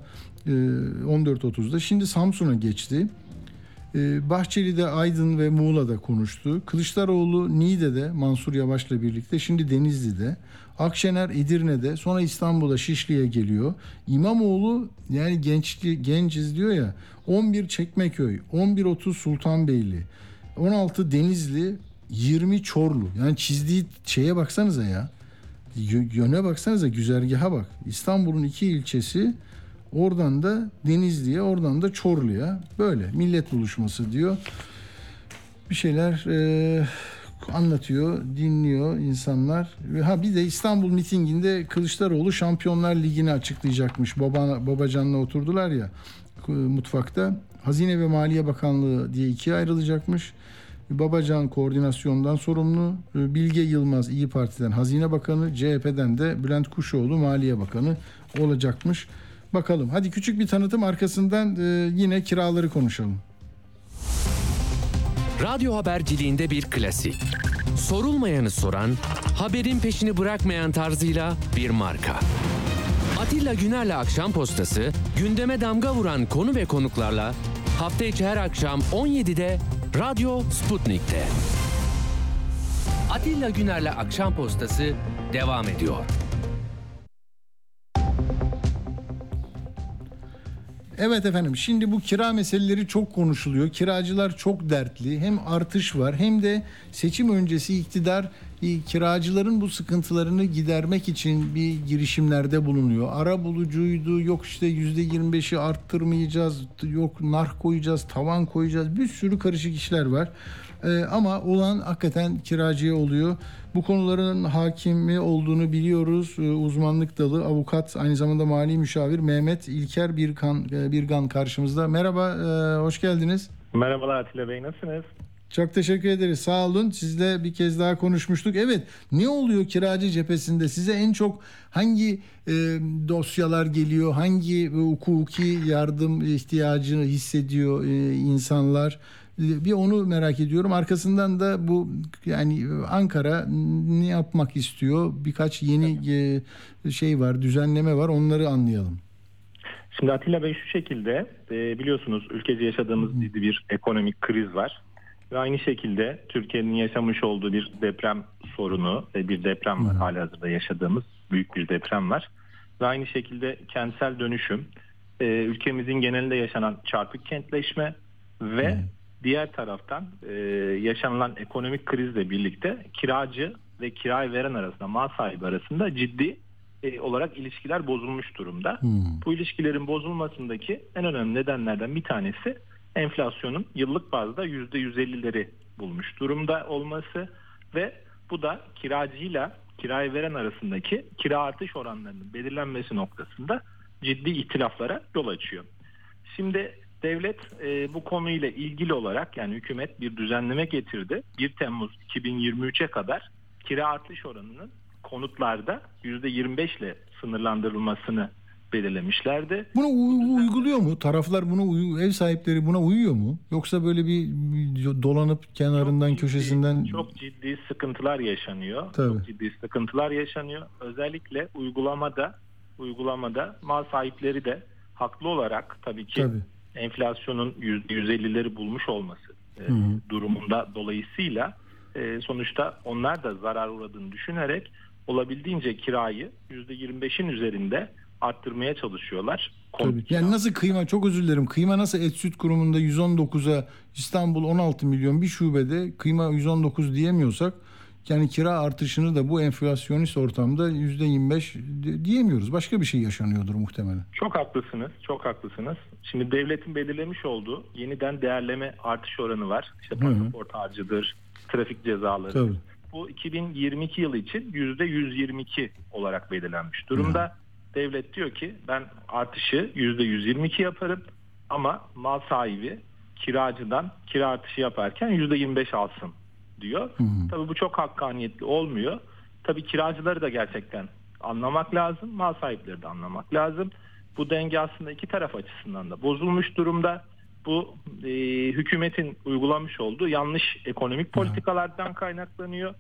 on dört otuzda. Şimdi Samsun'a geçti. Bahçeli'de Aydın ve Muğla'da konuştu. Kılıçdaroğlu Niğde'de Mansur Yavaş'la birlikte, şimdi Denizli'de. Akşener Edirne'de, sonra İstanbul'a, Şişli'ye geliyor. İmamoğlu yani gençli, genciz diyor ya, on bir Çekmeköy, on bir otuz Sultanbeyli, on altı Denizli, yirmi Çorlu. Yani çizdiği şeye baksanıza ya. Yöne baksanıza, güzergaha bak. İstanbul'un iki ilçesi, oradan da Denizli'ye, oradan da Çorlu'ya, böyle millet buluşması diyor. Bir şeyler e, anlatıyor, dinliyor insanlar. Ha bir de İstanbul mitinginde Kılıçdaroğlu Şampiyonlar Ligi'ni açıklayacakmış. Baba, Babacan'la oturdular ya mutfakta. Hazine ve Maliye Bakanlığı diye ikiye ayrılacakmış. Babacan koordinasyondan sorumlu, Bilge Yılmaz İyi Parti'den Hazine Bakanı, C H P'den de Bülent Kuşoğlu Maliye Bakanı olacakmış. Bakalım. Hadi küçük bir tanıtım, arkasından e, yine kiraları konuşalım.
Radyo haberciliğinde bir klasik. Sorulmayanı soran, haberin peşini bırakmayan tarzıyla bir marka. Atilla Güner'le Akşam Postası, gündeme damga vuran konu ve konuklarla hafta içi her akşam on yedide Radyo Sputnik'te. Atilla Güner'le Akşam Postası devam ediyor.
Evet efendim, şimdi bu kira meseleleri çok konuşuluyor. Kiracılar çok dertli. Hem artış var hem de seçim öncesi iktidar kiracıların bu sıkıntılarını gidermek için bir girişimlerde bulunuyor. Ara bulucuydu, yok işte yüzde yirmi beşi arttırmayacağız, yok narh koyacağız, tavan koyacağız. Bir sürü karışık işler var. Ee, ama olan hakikaten kiracıya oluyor. Bu konuların hakimi olduğunu biliyoruz. Ee, uzmanlık dalı avukat, aynı zamanda mali müşavir Mehmet İlker Birkan, Birgan karşımızda. Merhaba, e, hoş geldiniz.
Merhabalar Atilla Bey, nasılsınız?
Çok teşekkür ederiz. Sağ olun. Sizle bir kez daha konuşmuştuk. Evet, ne oluyor kiracı cephesinde? Size en çok hangi e, dosyalar geliyor? Hangi e, hukuki yardım ihtiyacını hissediyor e, insanlar? Bir onu merak ediyorum. Arkasından da bu, yani Ankara ne yapmak istiyor? Birkaç yeni e, şey var, düzenleme var. Onları anlayalım.
Şimdi Atilla Bey, şu şekilde e, biliyorsunuz ülkece yaşadığımız bir ekonomik kriz var. Ve aynı şekilde Türkiye'nin yaşamış olduğu bir deprem sorunu, bir deprem var. Halihazırda yaşadığımız büyük bir deprem var. Ve aynı şekilde kentsel dönüşüm, ülkemizin genelinde yaşanan çarpık kentleşme ve hmm. diğer taraftan yaşanılan ekonomik krizle birlikte kiracı ve kirayı veren arasında, mal sahibi arasında ciddi olarak ilişkiler bozulmuş durumda. Hmm. Bu ilişkilerin bozulmasındaki en önemli nedenlerden bir tanesi enflasyonun yıllık bazda yüzde yüz ellileri bulmuş durumda olması ve bu da kiracıyla kirayı veren arasındaki kira artış oranlarının belirlenmesi noktasında ciddi ihtilaflara yol açıyor. Şimdi devlet e, bu konuyla ilgili olarak, yani hükümet bir düzenleme getirdi. bir Temmuz iki bin yirmi üçe kadar kira artış oranının konutlarda yüzde yirmi beş ile sınırlandırılmasını belirlemişlerdi.
Bunu u- uyguluyor mu? Taraflar buna uy- ev sahipleri buna uyuyor mu? Yoksa böyle bir dolanıp kenarından, çok ciddi, köşesinden
çok ciddi sıkıntılar yaşanıyor.
Tabii.
Çok ciddi sıkıntılar yaşanıyor. Özellikle uygulamada uygulamada mal sahipleri de haklı olarak tabii ki tabii. enflasyonun yüzde yüz ellileri bulmuş olması e, durumunda dolayısıyla e, sonuçta onlar da zarar uğradığını düşünerek olabildiğince kirayı yüzde yirmi beşin üzerinde arttırmaya çalışıyorlar.
Tabii. Yani nasıl kıyma, çok özür dilerim, kıyma nasıl Et Süt Kurumu'nda yüz on dokuza, İstanbul on altı milyon bir şubede kıyma yüz on dokuz diyemiyorsak, yani kira artışını da bu enflasyonist ortamda yüzde yirmi beş diyemiyoruz. Başka bir şey yaşanıyordur muhtemelen.
Çok haklısınız, çok haklısınız. Şimdi devletin belirlemiş olduğu yeniden değerleme artış oranı var. İşte pasaport harcıdır, trafik cezaları. Tabii. Bu iki bin yirmi iki yılı için yüzde yüz yirmi iki olarak belirlenmiş durumda. Hı. Devlet diyor ki ben artışı yüzde yüz yirmi iki yaparım ama mal sahibi kiracıdan kira artışı yaparken yüzde yirmi beş alsın diyor. Hı hı. Tabii bu çok hakkaniyetli olmuyor. Tabii kiracıları da gerçekten anlamak lazım, mal sahipleri de anlamak lazım. Bu denge aslında iki taraf açısından da bozulmuş durumda. Bu e, hükümetin uygulamış olduğu yanlış ekonomik politikalardan kaynaklanıyor.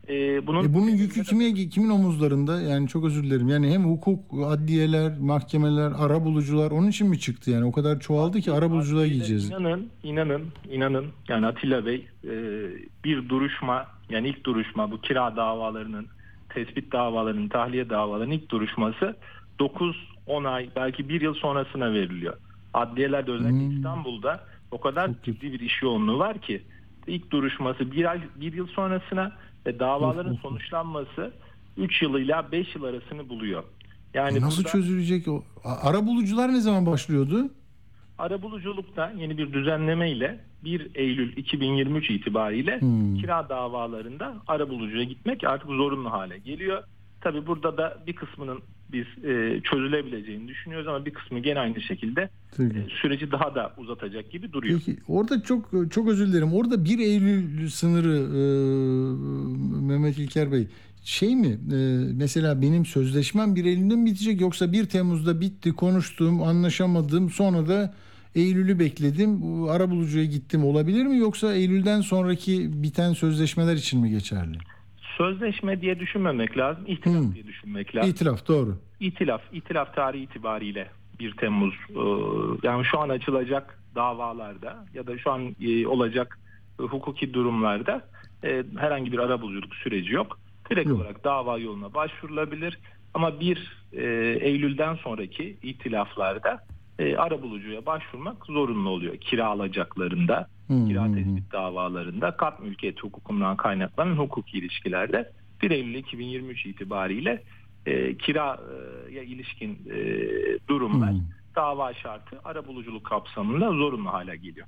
E, bunun
E bunun yükü kime, kimin omuzlarında? Yani çok özür dilerim. Yani hem hukuk, adliyeler, mahkemeler, arabulucular onun için mi çıktı? Yani o kadar çoğaldı ki arabuluculuğa gideceğiz.
İnanın, inanın, inanın. Yani Atilla Bey e, bir duruşma, yani ilk duruşma bu kira davalarının, tespit davalarının, tahliye davalarının ilk duruşması dokuz on ay belki bir yıl sonrasına veriliyor. Adliyelerde özellikle hmm. İstanbul'da o kadar çok ciddi bir iş yoğunluğu var ki ilk duruşması bir ay bir yıl sonrasına ve davaların sonuçlanması üç yıl ile beş yıl arasını buluyor. Yani
nasıl burada, çözülecek o? Arabulucular ne zaman başlıyordu?
Arabuluculukta yeni bir düzenleme ile bir Eylül iki bin yirmi üç itibariyle hmm. kira davalarında arabulucuya gitmek artık zorunlu hale geliyor. Tabii burada da bir kısmının biz e, çözülebileceğini düşünüyoruz ama bir kısmı gene aynı şekilde e, süreci daha da uzatacak gibi duruyor.
Peki orada çok çok özür dilerim. Orada bir Eylül sınırı e, Mehmet İlker Bey şey mi e, mesela benim sözleşmem bir Eylül'de mi bitecek yoksa bir Temmuz'da bitti, konuştum, anlaşamadım, sonra da Eylül'ü bekledim, arabulucuya gittim olabilir mi yoksa Eylül'den sonraki biten sözleşmeler için mi geçerli?
Sözleşme diye düşünmemek lazım, itilaf hmm. diye düşünmek lazım.
İtilaf doğru.
İtilaf, itilaf tarihi itibariyle bir Temmuz yani şu an açılacak davalarda ya da şu an olacak hukuki durumlarda herhangi bir arabuluculuk süreci yok. Direkt yok. olarak dava yoluna başvurulabilir ama bir Eylül'den sonraki itilaflarda e, arabulucuya başvurmak zorunlu oluyor. Kira alacaklarında, hmm. kira tespit davalarında, kat mülkiyet hukukundan kaynaklanan hukuki ilişkilerde bir Eylül iki bin yirmi üç itibariyle e, kiraya ilişkin e, durumlar hmm. dava şartı arabuluculuk kapsamında zorunlu hale geliyor.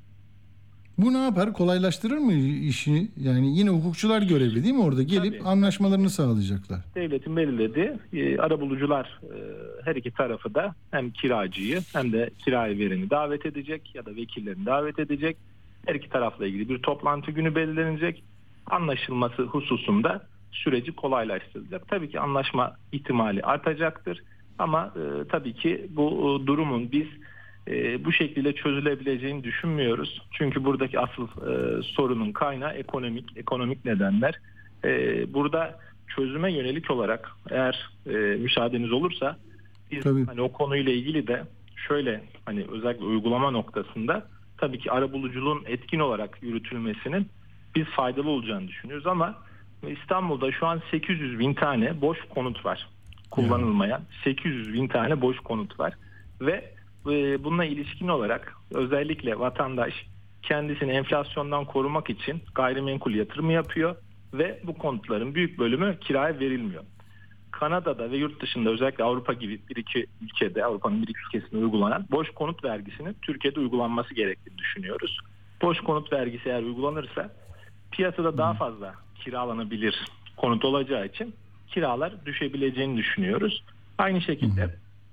Bu ne yapar? Kolaylaştırır mı işi? Yani yine hukukçular görevli değil mi orada? Gelip Tabii. anlaşmalarını sağlayacaklar.
Devletin belirlediği e, arabulucular e, her iki tarafı da hem kiracıyı hem de kiraya vereni davet edecek ya da vekillerini davet edecek. Her iki tarafla ilgili bir toplantı günü belirlenecek. Anlaşılması hususunda süreci kolaylaştıracak. Tabii ki anlaşma ihtimali artacaktır. Ama e, tabii ki bu e, durumun biz E, bu şekilde çözülebileceğini düşünmüyoruz. Çünkü buradaki asıl e, sorunun kaynağı ekonomik, ekonomik nedenler. E, burada çözüme yönelik olarak eğer e, müsaadeniz olursa biz hani o konuyla ilgili de şöyle hani özellikle uygulama noktasında tabii ki arabuluculuğun etkin olarak yürütülmesinin biz faydalı olacağını düşünüyoruz ama İstanbul'da şu an sekiz yüz bin tane boş konut var. Kullanılmayan sekiz yüz bin tane boş konut var ve bununla ilişkin olarak özellikle vatandaş kendisini enflasyondan korumak için gayrimenkul yatırımı yapıyor ve bu konutların büyük bölümü kiraya verilmiyor. Kanada'da ve yurt dışında özellikle Avrupa gibi bir iki ülkede, Avrupa'nın bir iki ülkesinde uygulanan boş konut vergisinin Türkiye'de uygulanması gerektiğini düşünüyoruz. Boş konut vergisi eğer uygulanırsa piyasada daha fazla kiralanabilir konut olacağı için kiralar düşebileceğini düşünüyoruz. Aynı şekilde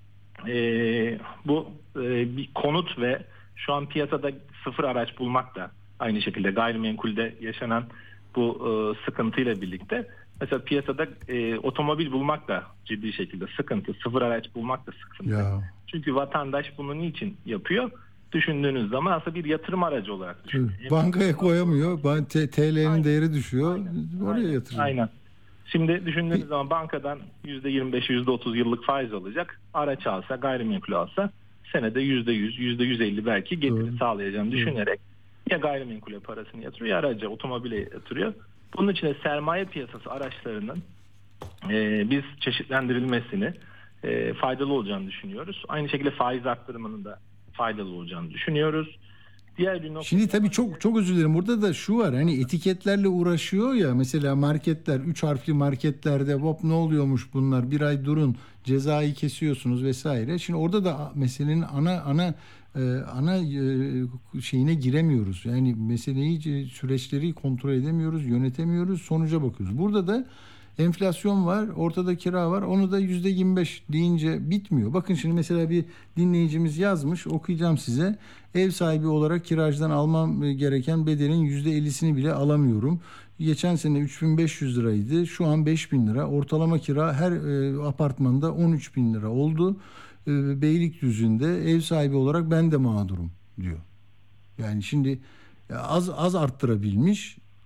Ee, bu e, bir konut ve şu an piyasada sıfır araç bulmak da aynı şekilde gayrimenkulde yaşanan bu e, sıkıntıyla birlikte mesela piyasada e, otomobil bulmak da ciddi şekilde sıkıntı, sıfır araç bulmak da sıkıntı. Ya. Çünkü vatandaş bunu niçin yapıyor? Düşündüğünüz zaman aslında bir yatırım aracı olarak düşünüyor.
Bankaya koyamıyor, T L'nin değeri düşüyor,
aynen.
oraya
aynen.
yatırıyor.
Aynen. Şimdi düşündüğünüz zaman bankadan yüzde yirmi beş yüzde otuz yıllık faiz alacak. Araç alsa, gayrimenkul alsa senede yüzde yüz yüzde yüz elli belki getiri Doğru. sağlayacağını Doğru. düşünerek ya gayrimenkule parasını yatırıyor ya araca, otomobile yatırıyor. Bunun için de sermaye piyasası araçlarının e, biz çeşitlendirilmesini e, faydalı olacağını düşünüyoruz. Aynı şekilde faiz arttırımının da faydalı olacağını düşünüyoruz. Diğer bir nokta.
Şimdi tabii çok çok özür dilerim. Burada da şu var. Hani etiketlerle uğraşıyor ya. Mesela marketler, üç harfli marketlerde hop ne oluyormuş bunlar? Bir ay durun, cezayı kesiyorsunuz vesaire. Şimdi orada da meselenin ana ana ana şeyine giremiyoruz. Yani meseleyi, süreçleri kontrol edemiyoruz, yönetemiyoruz, sonuca bakıyoruz. Burada da enflasyon var, ortada kira var. Onu da yüzde yirmi beş deyince bitmiyor. Bakın şimdi mesela bir dinleyicimiz yazmış, okuyacağım size. Ev sahibi olarak kiracıdan almam gereken bedelin yüzde ellisini bile alamıyorum. Geçen sene üç bin beş yüz liraydı. Şu an beş bin lira. Ortalama kira her e, apartmanda on üç bin lira oldu. E, Beylikdüzü'nde ev sahibi olarak ben de mağdurum diyor. Yani şimdi az az arttırabilmiş.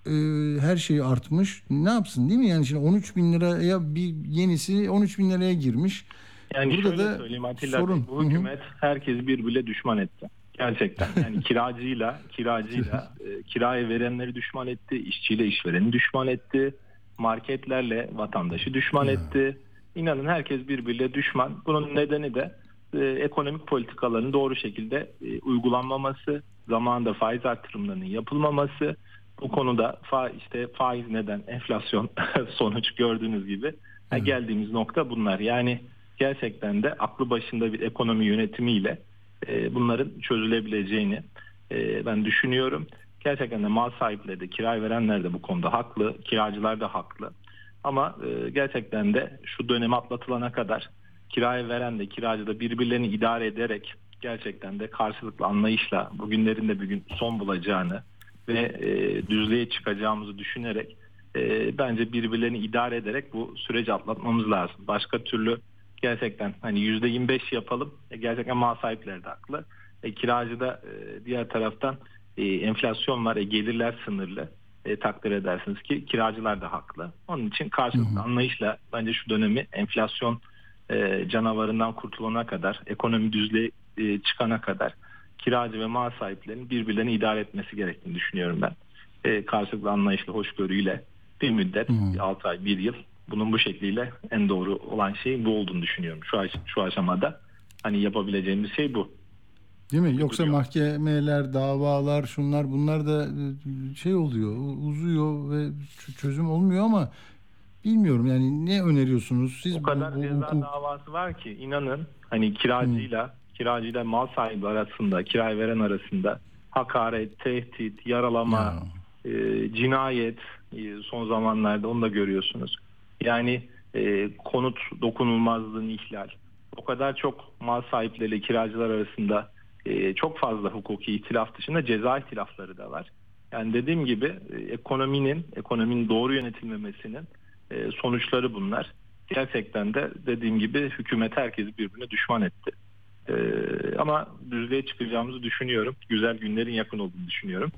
e, her şey artmış. Ne yapsın değil mi? Yani şimdi on üç bin liraya bir yenisi on üç bin liraya girmiş.
Yani
Burada
şöyle
da
söyleyeyim Atilla,
sorun.
bu hükümet herkesi birbirine düşman etti. Gerçekten yani kiracıyla kiracıyla e, kiraya verenleri düşman etti, işçiyle işvereni düşman etti, marketlerle vatandaşı düşman
ya.
etti. İnanın herkes birbirine düşman. Bunun nedeni de e, ekonomik politikaların doğru şekilde e, uygulanmaması, zamanında faiz artırımlarının yapılmaması. Bu konuda fa, işte faiz neden, enflasyon sonuç gördüğünüz gibi
evet.
geldiğimiz nokta bunlar. Yani gerçekten de aklı başında bir ekonomi yönetimiyle e, bunların çözülebileceğini e, ben düşünüyorum. Gerçekten de mal sahipleri de, kiraya verenler de bu konuda haklı, kiracılar da haklı. Ama e, gerçekten de şu dönemi atlatılana kadar kiraya veren de kiracı da birbirlerini idare ederek gerçekten de karşılıklı anlayışla bugünlerin de bir gün son bulacağını ve e, düzlüğe çıkacağımızı düşünerek e, bence birbirlerini idare ederek bu süreci atlatmamız lazım. Başka türlü gerçekten hani yüzde yirmi beş yapalım. E, gerçekten mal sahipleri de haklı. E, kiracı da e, diğer taraftan e, enflasyon var. E, gelirler sınırlı. E, takdir edersiniz ki kiracılar da haklı. Onun için karşılıklı hı hı. anlayışla bence şu dönemi enflasyon e, canavarından kurtulana kadar, ekonomi düzlüğe e, çıkana kadar kiracı ve mal sahiplerinin birbirlerini idare etmesi gerektiğini düşünüyorum ben. E, karşılıklı anlayışla, hoşgörüyle bir müddet, hmm. altı ay, bir yıl bunun bu şekliyle en doğru olan şey bu olduğunu düşünüyorum. Şu, aş- şu aşamada hani yapabileceğimiz şey bu.
Değil mi? Yoksa mahkemeler, davalar, şunlar bunlar da şey oluyor, uzuyor ve çözüm olmuyor ama bilmiyorum yani ne öneriyorsunuz siz?
O kadar
bu, bu,
ceza
bu...
davası var ki inanın hani kiracıyla hmm. kiracıyla mal sahibi arasında, kiraya veren arasında hakaret, tehdit, yaralama, ya. e, cinayet e, son zamanlarda onu da görüyorsunuz. Yani e, konut dokunulmazlığının ihlal. O kadar çok mal sahipleriyle kiracılar arasında e, çok fazla hukuki ihtilaf dışında ceza ihtilafları da var. Yani dediğim gibi e, ekonominin, ekonominin doğru yönetilmemesinin e, sonuçları bunlar. Gerçekten de dediğim gibi hükümet herkesi birbirine düşman etti. Ee, ama düzlüğe çıkacağımızı düşünüyorum. Güzel günlerin yakın olduğunu düşünüyorum.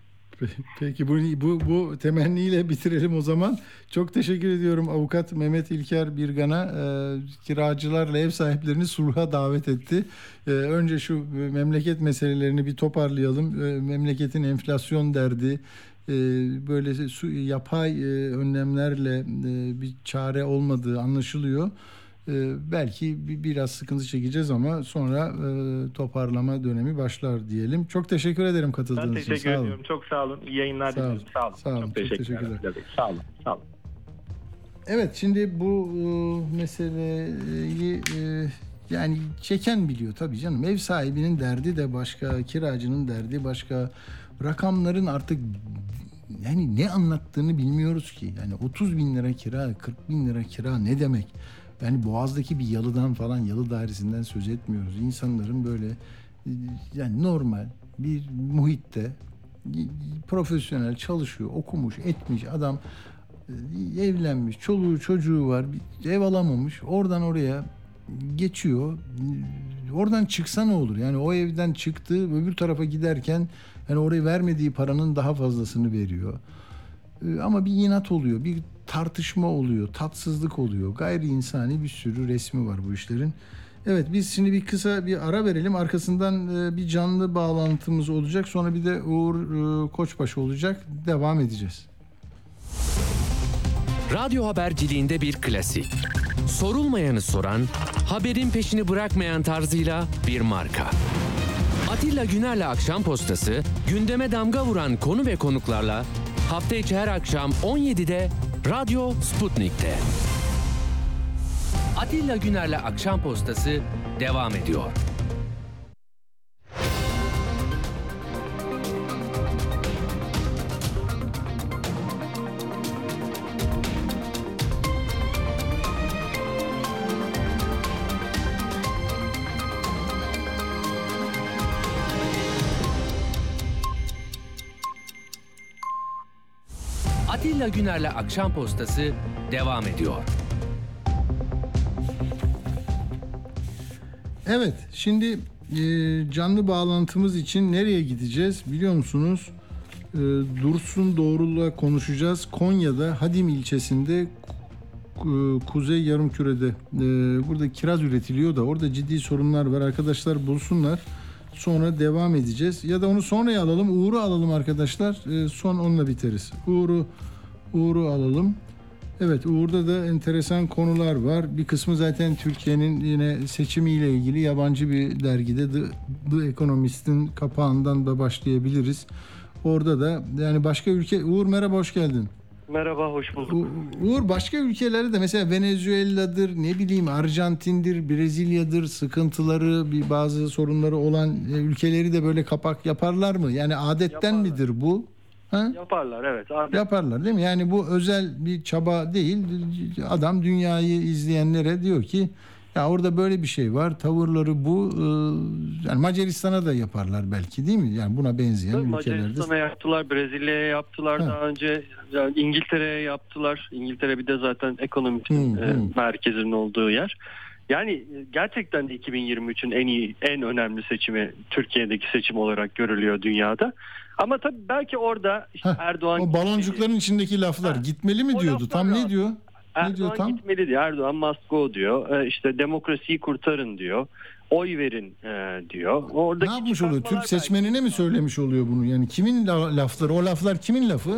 Peki bu, bu, bu temenniyle bitirelim o zaman. Çok teşekkür ediyorum avukat Mehmet İlker Birgan'a. E, kiracılarla ev sahiplerini sulha davet etti. E, önce şu memleket meselelerini bir toparlayalım. E, memleketin enflasyon derdi, e, böyle su, yapay e, önlemlerle e, bir çare olmadığı anlaşılıyor. Ee, belki bir, biraz sıkıntı çekeceğiz ama sonra e, toparlama dönemi başlar diyelim. Çok teşekkür ederim katıldığınız için.
Ben teşekkür
için.
ediyorum. Çok sağ olun. İyi yayınlar diliyorum. Sağ olun.
Sağ olun.
Çok, çok teşekkürler.
teşekkürler.
Sağ olun. Sağ olun.
Evet, şimdi bu e, meseleyi e, yani çeken biliyor tabii canım. Ev sahibinin derdi de başka, kiracının derdi başka. Rakamların artık yani ne anlattığını bilmiyoruz ki. Yani otuz bin lira kira, kırk bin lira kira ne demek? Yani Boğaz'daki bir yalıdan falan, yalı dairesinden söz etmiyoruz. İnsanların böyle yani normal bir muhitte profesyonel çalışıyor, okumuş, etmiş adam, evlenmiş, çoluğu çocuğu var, bir ev alamamış, oradan oraya geçiyor. Oradan çıksa ne olur? Yani o evden çıktı, öbür tarafa giderken yani oraya vermediği paranın daha fazlasını veriyor. Ama bir inat oluyor, bir tartışma oluyor, tatsızlık oluyor. Gayri insani bir sürü resmi var bu işlerin. Evet, biz şimdi bir kısa bir ara verelim. Arkasından bir canlı bağlantımız olacak. Sonra bir de Uğur Koçbaşı olacak. Devam edeceğiz.
Radyo haberciliğinde bir klasik. Sorulmayanı soran, haberin peşini bırakmayan tarzıyla bir marka. Atilla Güner'le Akşam Postası, gündeme damga vuran konu ve konuklarla hafta içi her akşam on yedide Radyo Sputnik'te. Atilla Güner'le Akşam Postası devam ediyor. Atilla Güner'le Akşam Postası devam ediyor.
Evet, şimdi e, canlı bağlantımız için nereye gideceğiz biliyor musunuz? Ee, Dursun Doğrul'la konuşacağız. Konya'da Hadim ilçesinde Kuzey Yarımküre'de e, burada kiraz üretiliyor da orada ciddi sorunlar var. Arkadaşlar bulsunlar. Sonra devam edeceğiz. Ya da onu sonraya alalım. Uğur'u alalım arkadaşlar. E, son onunla biteriz. Uğur'u Uğur'u alalım. Evet, Uğur'da da enteresan konular var. Bir kısmı zaten Türkiye'nin yine seçimiyle ilgili yabancı bir dergide The, The Economist'in kapağından da başlayabiliriz. Orada da yani başka ülke... Uğur merhaba, hoş geldin.
Merhaba, hoş bulduk.
Uğur, başka ülkelerde de mesela Venezuela'dır, ne bileyim Arjantin'dir, Brezilya'dır, sıkıntıları, bir bazı sorunları olan ülkeleri de böyle kapak yaparlar mı? Yani adetten yaparlar. Midir bu? Ha?
Yaparlar, evet. Adet.
Yaparlar değil mi? Yani bu özel bir çaba değil. Adam dünyayı izleyenlere diyor ki ya orada böyle bir şey var. Tavırları bu. Yani Macaristan'a da yaparlar belki değil mi? Yani buna benzeyen
Tabii,
ülkelerde.
Macaristan'a yaptılar, Brezilya'ya yaptılar ha. daha önce. Yani İngiltere'ye yaptılar. İngiltere bir de zaten ekonominin e, merkezinin olduğu yer. Yani gerçekten de iki bin yirmi üçün en iyi, en önemli seçimi Türkiye'deki seçim olarak görülüyor dünyada. Ama tabii belki orada işte Heh, Erdoğan...
O baloncukların gitmeli. içindeki laflar ha. gitmeli mi o diyordu? Tam ne diyor?
Erdoğan
ne diyor tam?
gitmeli diyor. Erdoğan must go diyor. Ee, işte demokrasiyi kurtarın diyor. Oy verin e, diyor. Oradaki
ne yapmış oluyor? Türk seçmenine mi söylemiş oluyor bunu? Yani kimin lafları? O laflar kimin lafı?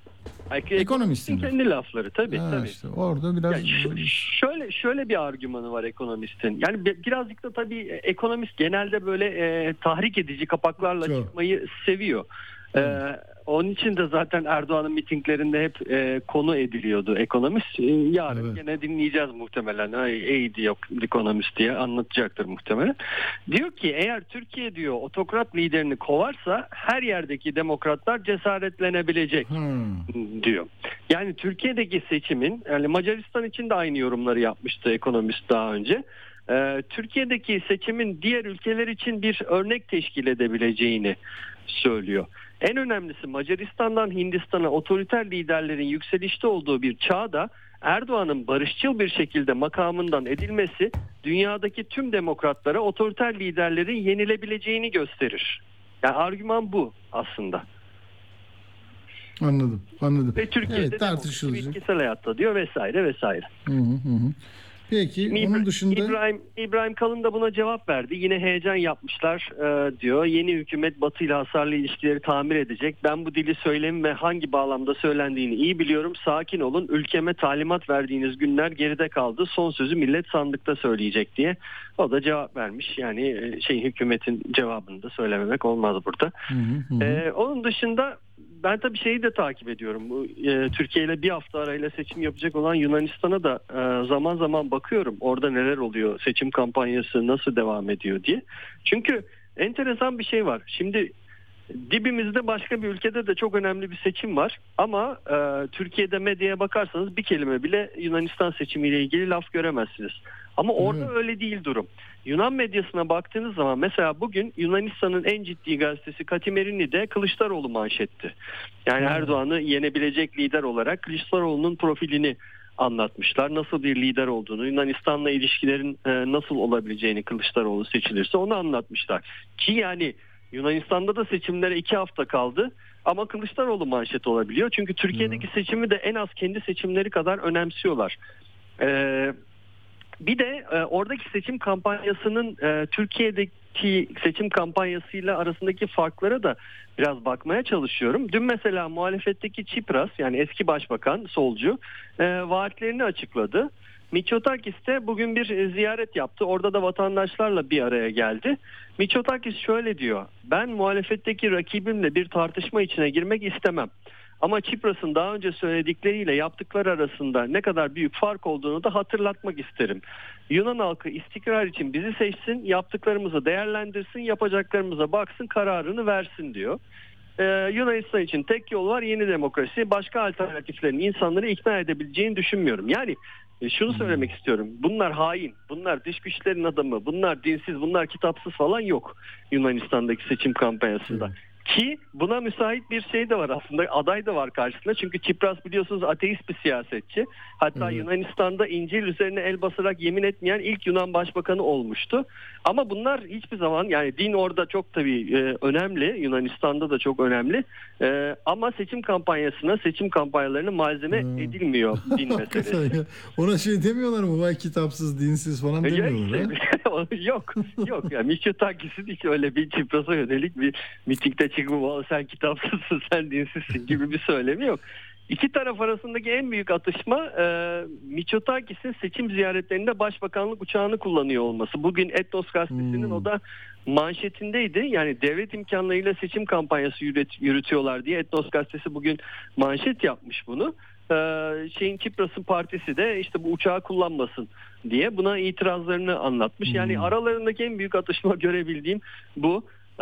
Ekonomistin
kendi lafları tabii ha, tabii.
Işte orada biraz
yani ş- şöyle şöyle bir argümanı var ekonomistin. Yani birazcık da tabii ekonomist genelde böyle e, tahrik edici kapaklarla Çok. çıkmayı seviyor. Ee, onun için de zaten Erdoğan'ın mitinglerinde hep e, konu ediliyordu ekonomist. E, yarın evet. gene dinleyeceğiz muhtemelen. Ay, ey diyor ekonomist diye anlatacaktır muhtemelen. Diyor ki eğer Türkiye diyor otokrat liderini kovarsa her yerdeki demokratlar cesaretlenebilecek hmm. diyor. Yani Türkiye'deki seçimin, yani Macaristan için de aynı yorumları yapmıştı ekonomist daha önce. Ee, Türkiye'deki seçimin diğer ülkeler için bir örnek teşkil edebileceğini söylüyor. En önemlisi Macaristan'dan Hindistan'a otoriter liderlerin yükselişte olduğu bir çağda Erdoğan'ın barışçıl bir şekilde makamından edilmesi dünyadaki tüm demokratlara otoriter liderlerin yenilebileceğini gösterir. Yani argüman bu aslında.
Anladım, anladım.
Ve Türkiye'de evet, tartışılacak. Bitkisel hayatta diyor vesaire vesaire.
Hı hı hı. Peki İbra- onun dışında
İbrahim İbrahim Kalın da buna cevap verdi. Yine heyecan yapmışlar e, diyor. Yeni hükümet Batı ile hasarlı ilişkileri tamir edecek. Ben bu dili söylemi ve hangi bağlamda söylendiğini iyi biliyorum. Sakin olun. Ülkeme talimat verdiğiniz günler geride kaldı. Son sözü millet sandıkta söyleyecek diye. O da cevap vermiş. Yani şey hükümetin cevabını da söylememek olmaz burada. Hı hı hı. E, onun dışında ben tabii şeyi de takip ediyorum. Bu e, Türkiye ile bir hafta arayla seçim yapacak olan Yunanistan'a da e, zaman zaman bakıyorum. Orada neler oluyor? Seçim kampanyası nasıl devam ediyor diye. Çünkü enteresan bir şey var. Şimdi dibimizde başka bir ülkede de çok önemli bir seçim var. Ama e, Türkiye'de medyaya bakarsanız bir kelime bile Yunanistan seçimiyle ilgili laf göremezsiniz. Ama orada hmm. öyle değil durum. Yunan medyasına baktığınız zaman mesela bugün Yunanistan'ın en ciddi gazetesi Katimerini'de Kılıçdaroğlu manşetti. Yani hmm. Erdoğan'ı yenebilecek lider olarak Kılıçdaroğlu'nun profilini anlatmışlar. Nasıl bir lider olduğunu, Yunanistan'la ilişkilerin e, nasıl olabileceğini Kılıçdaroğlu seçilirse onu anlatmışlar. Ki yani Yunanistan'da da seçimlere iki hafta kaldı ama Kılıçdaroğlu manşet olabiliyor. Çünkü Türkiye'deki hmm. seçimi de en az kendi seçimleri kadar önemsiyorlar. Eee Bir de e, oradaki seçim kampanyasının e, Türkiye'deki seçim kampanyasıyla arasındaki farklara da biraz bakmaya çalışıyorum. Dün mesela muhalefetteki Tsipras, yani eski başbakan solcu e, vaatlerini açıkladı. Mitsotakis de bugün bir e, ziyaret yaptı. Orada da vatandaşlarla bir araya geldi. Mitsotakis şöyle diyor: ben muhalefetteki rakibimle bir tartışma içine girmek istemem. Ama Tsipras'ın daha önce söyledikleriyle yaptıkları arasında ne kadar büyük fark olduğunu da hatırlatmak isterim. Yunan halkı istikrar için bizi seçsin, yaptıklarımızı değerlendirsin, yapacaklarımıza baksın, kararını versin diyor. Ee, Yunanistan için tek yol var, yeni demokrasi. Başka alternatiflerin insanları ikna edebileceğini düşünmüyorum. Yani şunu söylemek istiyorum. Bunlar hain, bunlar dış güçlerin adamı, bunlar dinsiz, bunlar kitapsız falan yok Yunanistan'daki seçim kampanyasında. Ki buna müsait bir şey de var aslında, aday da var karşısında. Çünkü Tsipras biliyorsunuz ateist bir siyasetçi. Hatta evet. Yunanistan'da İncil üzerine el basarak yemin etmeyen ilk Yunan başbakanı olmuştu. Ama bunlar hiçbir zaman, yani din orada çok tabii e, önemli. Yunanistan'da da çok önemli. E, ama seçim kampanyasına, seçim kampanyalarına malzeme hmm. edilmiyor din meselesi.
Ona şey demiyorlar mı? Vay kitapsız, dinsiz falan demiyorlar.
yok, yok. Yani Mitsotakis'in hiç öyle bir Tsipras'a yönelik bir mitingde çıkıp sen kitapsızsın, sen dinsizsin gibi bir söylemi yok. İki taraf arasındaki en büyük atışma e, Mitsotakis'in seçim ziyaretlerinde başbakanlık uçağını kullanıyor olması. Bugün Ethnos gazetesinin hmm. o da manşetindeydi. Yani devlet imkanlarıyla seçim kampanyası yürüt, yürütüyorlar diye Ethnos gazetesi bugün manşet yapmış bunu. Ee, şeyin Tsipras'ın partisi de işte bu uçağı kullanmasın diye buna itirazlarını anlatmış. Yani hmm. aralarındaki en büyük atışma görebildiğim bu. Ee,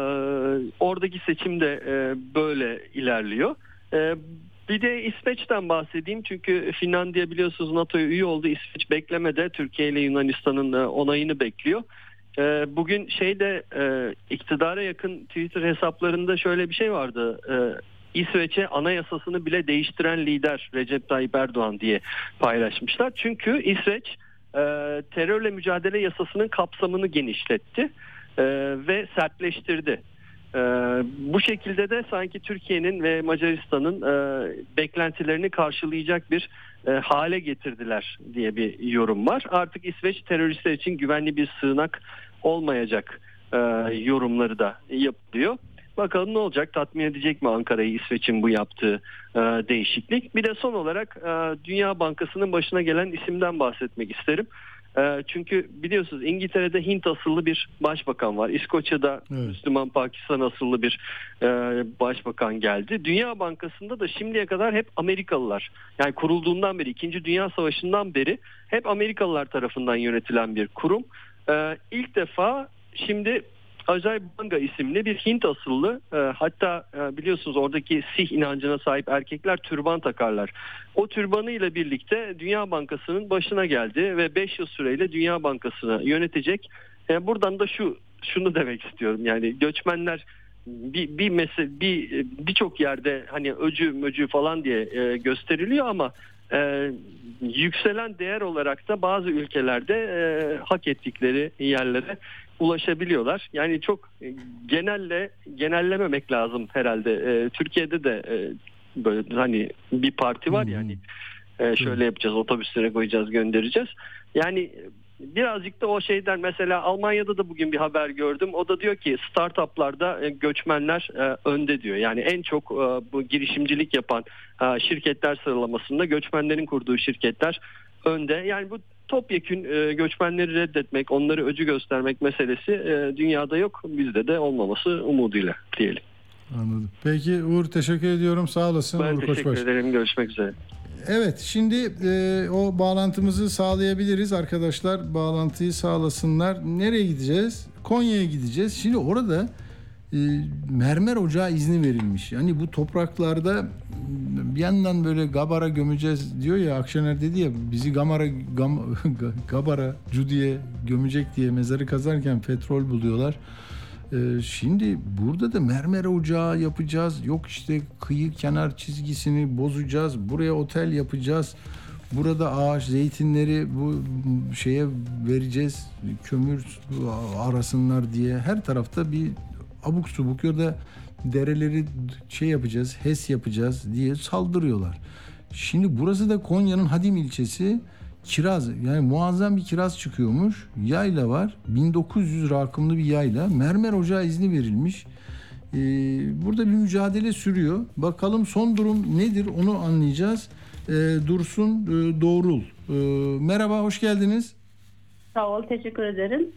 oradaki seçim de e, böyle ilerliyor. Ee, bir de İsveç'ten bahsedeyim. Çünkü Finlandiya biliyorsunuz NATO'ya üye oldu. İsveç beklemede Türkiye ile Yunanistan'ın e, onayını bekliyor. E, bugün şeyde e, iktidara yakın Twitter hesaplarında şöyle bir şey vardı. E, İsveç'e anayasasını bile değiştiren lider Recep Tayyip Erdoğan diye paylaşmışlar. Çünkü İsveç e, terörle mücadele yasasının kapsamını genişletti e, ve sertleştirdi. E, bu şekilde de sanki Türkiye'nin ve Macaristan'ın e, beklentilerini karşılayacak bir e, hale getirdiler diye bir yorum var. Artık İsveç teröristler için güvenli bir sığınak olmayacak e, yorumları da yapılıyor. Bakalım ne olacak? Tatmin edecek mi Ankara'yı İsveç'in bu yaptığı e, değişiklik? Bir de son olarak e, Dünya Bankası'nın başına gelen isimden bahsetmek isterim. E, çünkü biliyorsunuz İngiltere'de Hint asıllı bir başbakan var. İskoçya'da evet. Müslüman Pakistan asıllı bir e, başbakan geldi. Dünya Bankası'nda da şimdiye kadar hep Amerikalılar, yani kurulduğundan beri, İkinci Dünya Savaşı'ndan beri hep Amerikalılar tarafından yönetilen bir kurum. E, ilk defa şimdi Ajay Banga isimli bir Hint asıllı, e, hatta e, biliyorsunuz oradaki Sih inancına sahip erkekler türban takarlar. O türbanıyla birlikte Dünya Bankası'nın başına geldi ve beş yıl süreyle Dünya Bankası'nı yönetecek. E, buradan da şu şunu demek istiyorum, yani göçmenler bir bir mesele bir birçok yerde hani öcü möcü falan diye e, gösteriliyor ama e, yükselen değer olarak da bazı ülkelerde e, hak ettikleri yerlere ulaşabiliyorlar. Yani çok genelle genellememek lazım herhalde. E, Türkiye'de de e, böyle hani bir parti var yani e, şöyle yapacağız, otobüslere koyacağız, göndereceğiz. Yani birazcık da o şeyden, mesela Almanya'da da bugün bir haber gördüm. O da diyor ki startuplarda e, göçmenler e, önde diyor. Yani en çok e, bu girişimcilik yapan e, şirketler sıralamasında göçmenlerin kurduğu şirketler önde. Yani bu topyekün e, göçmenleri reddetmek, onları öcü göstermek meselesi e, dünyada yok. Bizde de olmaması umuduyla diyelim.
Anladım. Peki Uğur, teşekkür ediyorum. Sağ olasın.
Ben
Uğur
teşekkür
Koçbaş.
ederim. Görüşmek üzere.
Evet, şimdi e, o bağlantımızı sağlayabiliriz. Arkadaşlar bağlantıyı sağlasınlar. Nereye gideceğiz? Konya'ya gideceğiz. Şimdi orada e, mermer ocağı izni verilmiş. Yani bu topraklarda bir yandan böyle Gabar'a gömeceğiz diyor ya, Akşener dedi ya, bizi Gamar'a Gam, Gabar'a Cudi'ye gömecek diye mezarı kazarken petrol buluyorlar. Ee, şimdi burada da mermer ocağı yapacağız. Yok işte kıyı kenar çizgisini bozacağız. Buraya otel yapacağız. Burada ağaç, zeytinleri bu şeye vereceğiz. Kömür arasınlar diye. Her tarafta bir abuk subuk ya da dereleri şey yapacağız, H E S yapacağız diye saldırıyorlar. Şimdi burası da Konya'nın Hadim ilçesi. Kiraz, yani muazzam bir kiraz çıkıyormuş. Yayla var. bin dokuz yüz rakımlı bir yayla. Mermer ocağı izni verilmiş. Ee, burada bir mücadele sürüyor. Bakalım son durum nedir onu anlayacağız. Ee, Dursun e, Doğrul. Ee, merhaba, hoş geldiniz.
Sağ ol, teşekkür ederim.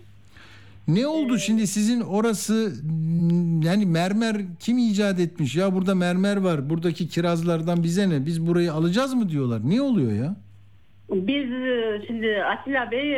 Ne oldu ee, şimdi sizin orası, yani mermer kim icat etmiş? Ya burada mermer var, buradaki kirazlardan bize ne? Biz burayı alacağız mı diyorlar. Ne oluyor ya?
Biz şimdi Atilla Bey,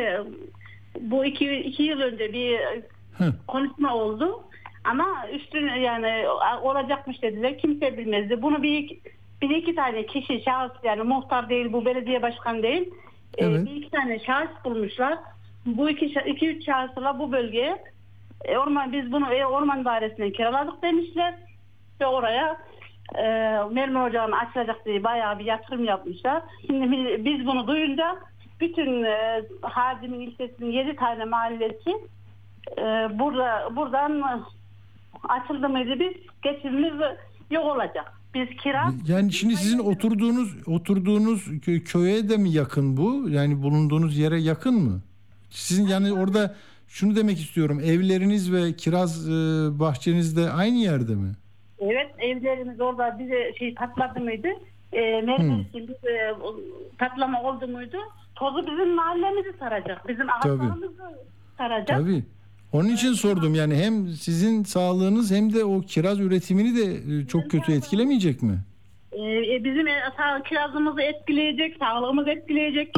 bu iki, iki yıl önce bir Hı. konuşma oldu ama üstün yani olacakmış dediler, kimse bilmezdi. Bunu bir, bir iki tane kişi, şahıs, yani muhtar değil bu, belediye başkanı değil, evet. bir iki tane şahıs bulmuşlar. Bu iki, iki üç şahısla bu bölgeye E, orman biz bunu e, orman dairesinden kiraladık demişler ve oraya e, mermer ocağını açılacak diye bayağı bir yatırım yapmışlar. Şimdi biz bunu duyunca bütün e, Hadim'in ilçesinin yedi tane mahallesi e, burada buradan açıldı mıydı biz geçimimiz yok olacak. Biz kira...
Yani şimdi sizin oturduğunuz oturduğunuz kö- köye de mi yakın bu? Yani bulunduğunuz yere yakın mı? Sizin yani orada şunu demek istiyorum. Evleriniz ve kiraz e, bahçeniz de aynı yerde mi?
Evet, evlerimiz orada bize şey patladı mıydı? E, mermer için bir e, patlama oldu muydu? Tozu bizim mahallemizi saracak. Bizim ağaçlarımızı saracak.
Tabii. Onun için sordum yani hem sizin sağlığınız hem de o kiraz üretimini de çok kötü etkilemeyecek mi?
Ee, bizim sağ, kirazımızı etkileyecek, sağlığımızı etkileyecek.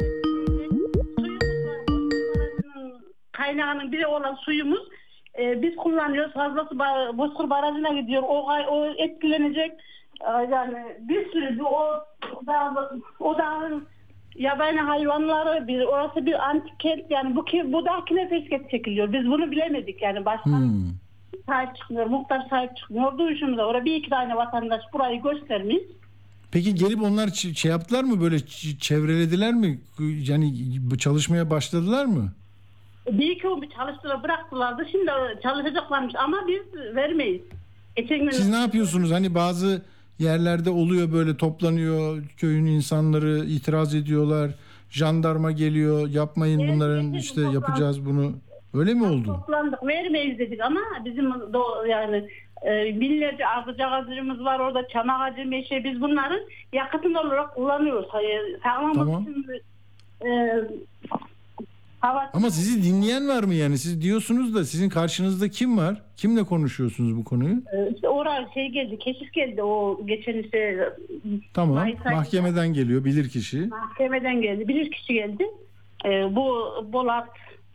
Suyumuz var. Kaynağının biri olan suyumuz. Ee, biz kullanıyoruz. Fazlası Bozkır Barajı'na gidiyor. O, o etkilenecek. Ee, yani bir sürü o, o da o dağın yabani hayvanları bir orası bir antik kent yani bu ki bu da nefes çekiliyor. Biz bunu bilemedik yani başkan hmm. sahip çıkmıyor, muhtar sahip çıkmıyor. Duyuşumuzda orada bir iki tane vatandaş burayı göstermiş.
Peki gelip onlar şey yaptılar mı böyle çevrelediler mi? Yani çalışmaya başladılar mı?
Bir iki bir çalıştılar bıraktılardı. Şimdi çalışacaklarmış ama biz vermeyiz. Geçen
Siz ne yapıyorsunuz? Hani bazı yerlerde oluyor böyle toplanıyor köyün insanları itiraz ediyorlar. Jandarma geliyor yapmayın evet, bunların işte toplandık. Yapacağız bunu. Öyle mi oldu?
Toplandık vermeyiz dedik ama bizim do, yani e, binlerce ardıç ağacımız var orada çam ağacı meşe biz bunların yakıtın olarak kullanıyoruz. Hayır,
tamam.
Için, e, hava...
Ama sizi dinleyen var mı yani? Siz diyorsunuz da sizin karşınızda kim var? Kimle konuşuyorsunuz bu konuyu?
E, işte oraya şey geldi, keşif geldi o geçen işte.
Tamam, mahkemeden geliyor bilirkişi.
Mahkemeden geldi, bilirkişi geldi. E, bu Bolat,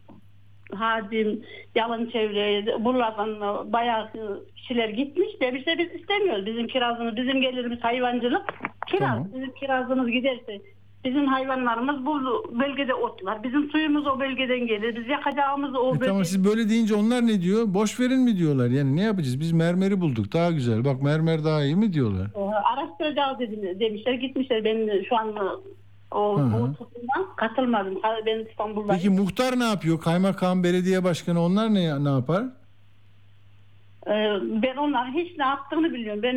Hadim, Yalın Çevre, buralardan bayağı kişiler gitmiş. Demişler biz istemiyoruz. Bizim kirazımız, bizim gelirimiz hayvancılık. Kiraz, tamam. Bizim kirazımız giderse bizim hayvanlarımız bu bölgede otlar. Bizim suyumuz o bölgeden gelir. Biz yakacağımız o
e
bölgeden.
Tamam siz böyle deyince onlar ne diyor? Boş verin mi diyorlar? Yani ne yapacağız? Biz mermeri bulduk. Daha güzel. Bak mermer daha iyi mi diyorlar?
Ee, araştıracağız demişler. Gitmişler. Ben şu an o, o toplumdan katılmadım. Ben İstanbul'dayım.
Peki muhtar ne yapıyor? Kaymakam, belediye başkanı onlar ne ne yapar?
Ee, ben onların hiç ne yaptığını biliyorum. Ben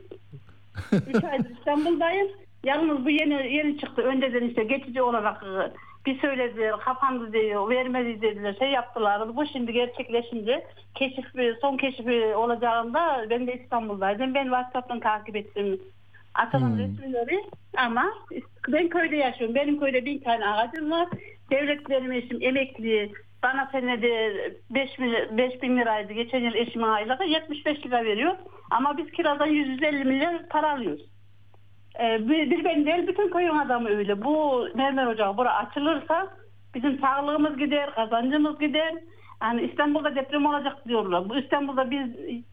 üç aydır İstanbul'dayım. Yalnız bu yeni yeni çıktı. Önceden işte geçici olarak bir söylediler, kapandı diyor, vermedi dediler, şey yaptılar. Bu şimdi gerçekleşince keşif, son keşifi olacağında ben de İstanbul'daydım. Ben WhatsApp'tan takip ettim atılan hmm. resimleri ama ben köyde yaşıyorum. Benim köyde bin tane ağacım var. Devlet benim eşim emekli. Bana senede beş bin liraydı. Geçen yıl eşimin aylığı yetmiş beş lira veriyor. Ama biz kiradan yüz yüz elli milyar para alıyoruz. Ee, bir, bir ben değil bütün köyün adamı öyle. Bu mermer ocağı bura açılırsa bizim sağlığımız gider, kazancımız gider. Yani İstanbul'da deprem olacak diyorlar. Bu İstanbul'da biz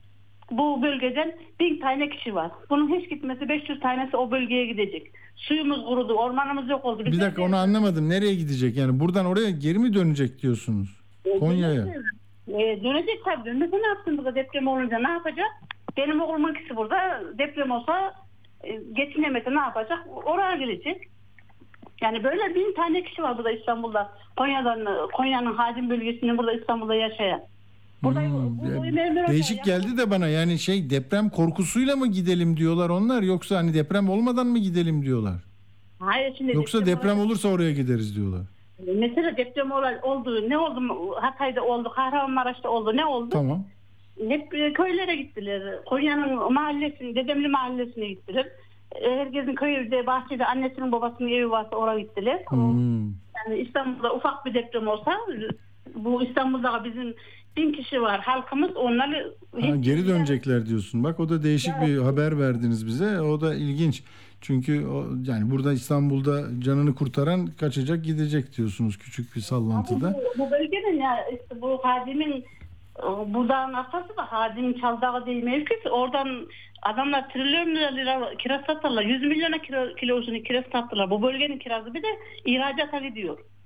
bu bölgeden bin tane kişi var. Bunun hiç gitmesi beş yüz tanesi o bölgeye gidecek. Suyumuz kurudu, ormanımız yok oldu. Biz
bir dakika onu anlamadım. Nereye gidecek? Yani buradan oraya geri mi dönecek diyorsunuz? E, Konya'ya.
E, dönecek tabii. Dönmesi ne yapsın burada deprem olunca ne yapacak? Benim oğlumun ikisi burada. Deprem olsa e, geçinemese ne yapacak? Oraya gelecek. Yani böyle bin tane kişi var burada İstanbul'da. Konya'dan, Konya'nın Hadim bölgesinin burada İstanbul'da yaşayan. Burada,
hmm, bu, değişik geldi de bana yani şey deprem korkusuyla mı gidelim diyorlar onlar yoksa hani deprem olmadan mı gidelim diyorlar?
Hayır şimdi
yoksa deprem, deprem olursa oraya gideriz diyorlar.
Mesela deprem oldu ne oldu Hatay'da oldu Kahramanmaraş'ta oldu ne oldu?
Tamam.
Hep köylere gittiler. Konya'nın mahallesine Dedemli mahallesine gittiler. Herkesin köyde bahçede annesinin babasının evi varsa oraya gittiler.
Hmm.
Yani İstanbul'da ufak bir deprem olsa bu İstanbul'da bizim bin kişi var halkımız onları
ha, geri dönecekler diyorsun. Bak o da değişik evet. bir haber verdiniz bize. O da ilginç. Çünkü o, yani burada İstanbul'da canını kurtaran kaçacak gidecek diyorsunuz küçük bir sallantıda.
Bu, bu bölgenin ya işte bu Hadim'in buradan arkası da Hadim'in Çaldağı değil mevkisi. Oradan adamlar trilyon lira kiraz satırlar. yüz milyona kilo, kilosunu kiraz satırlar. Bu bölgenin kirazı bir de ihracata gidiyor.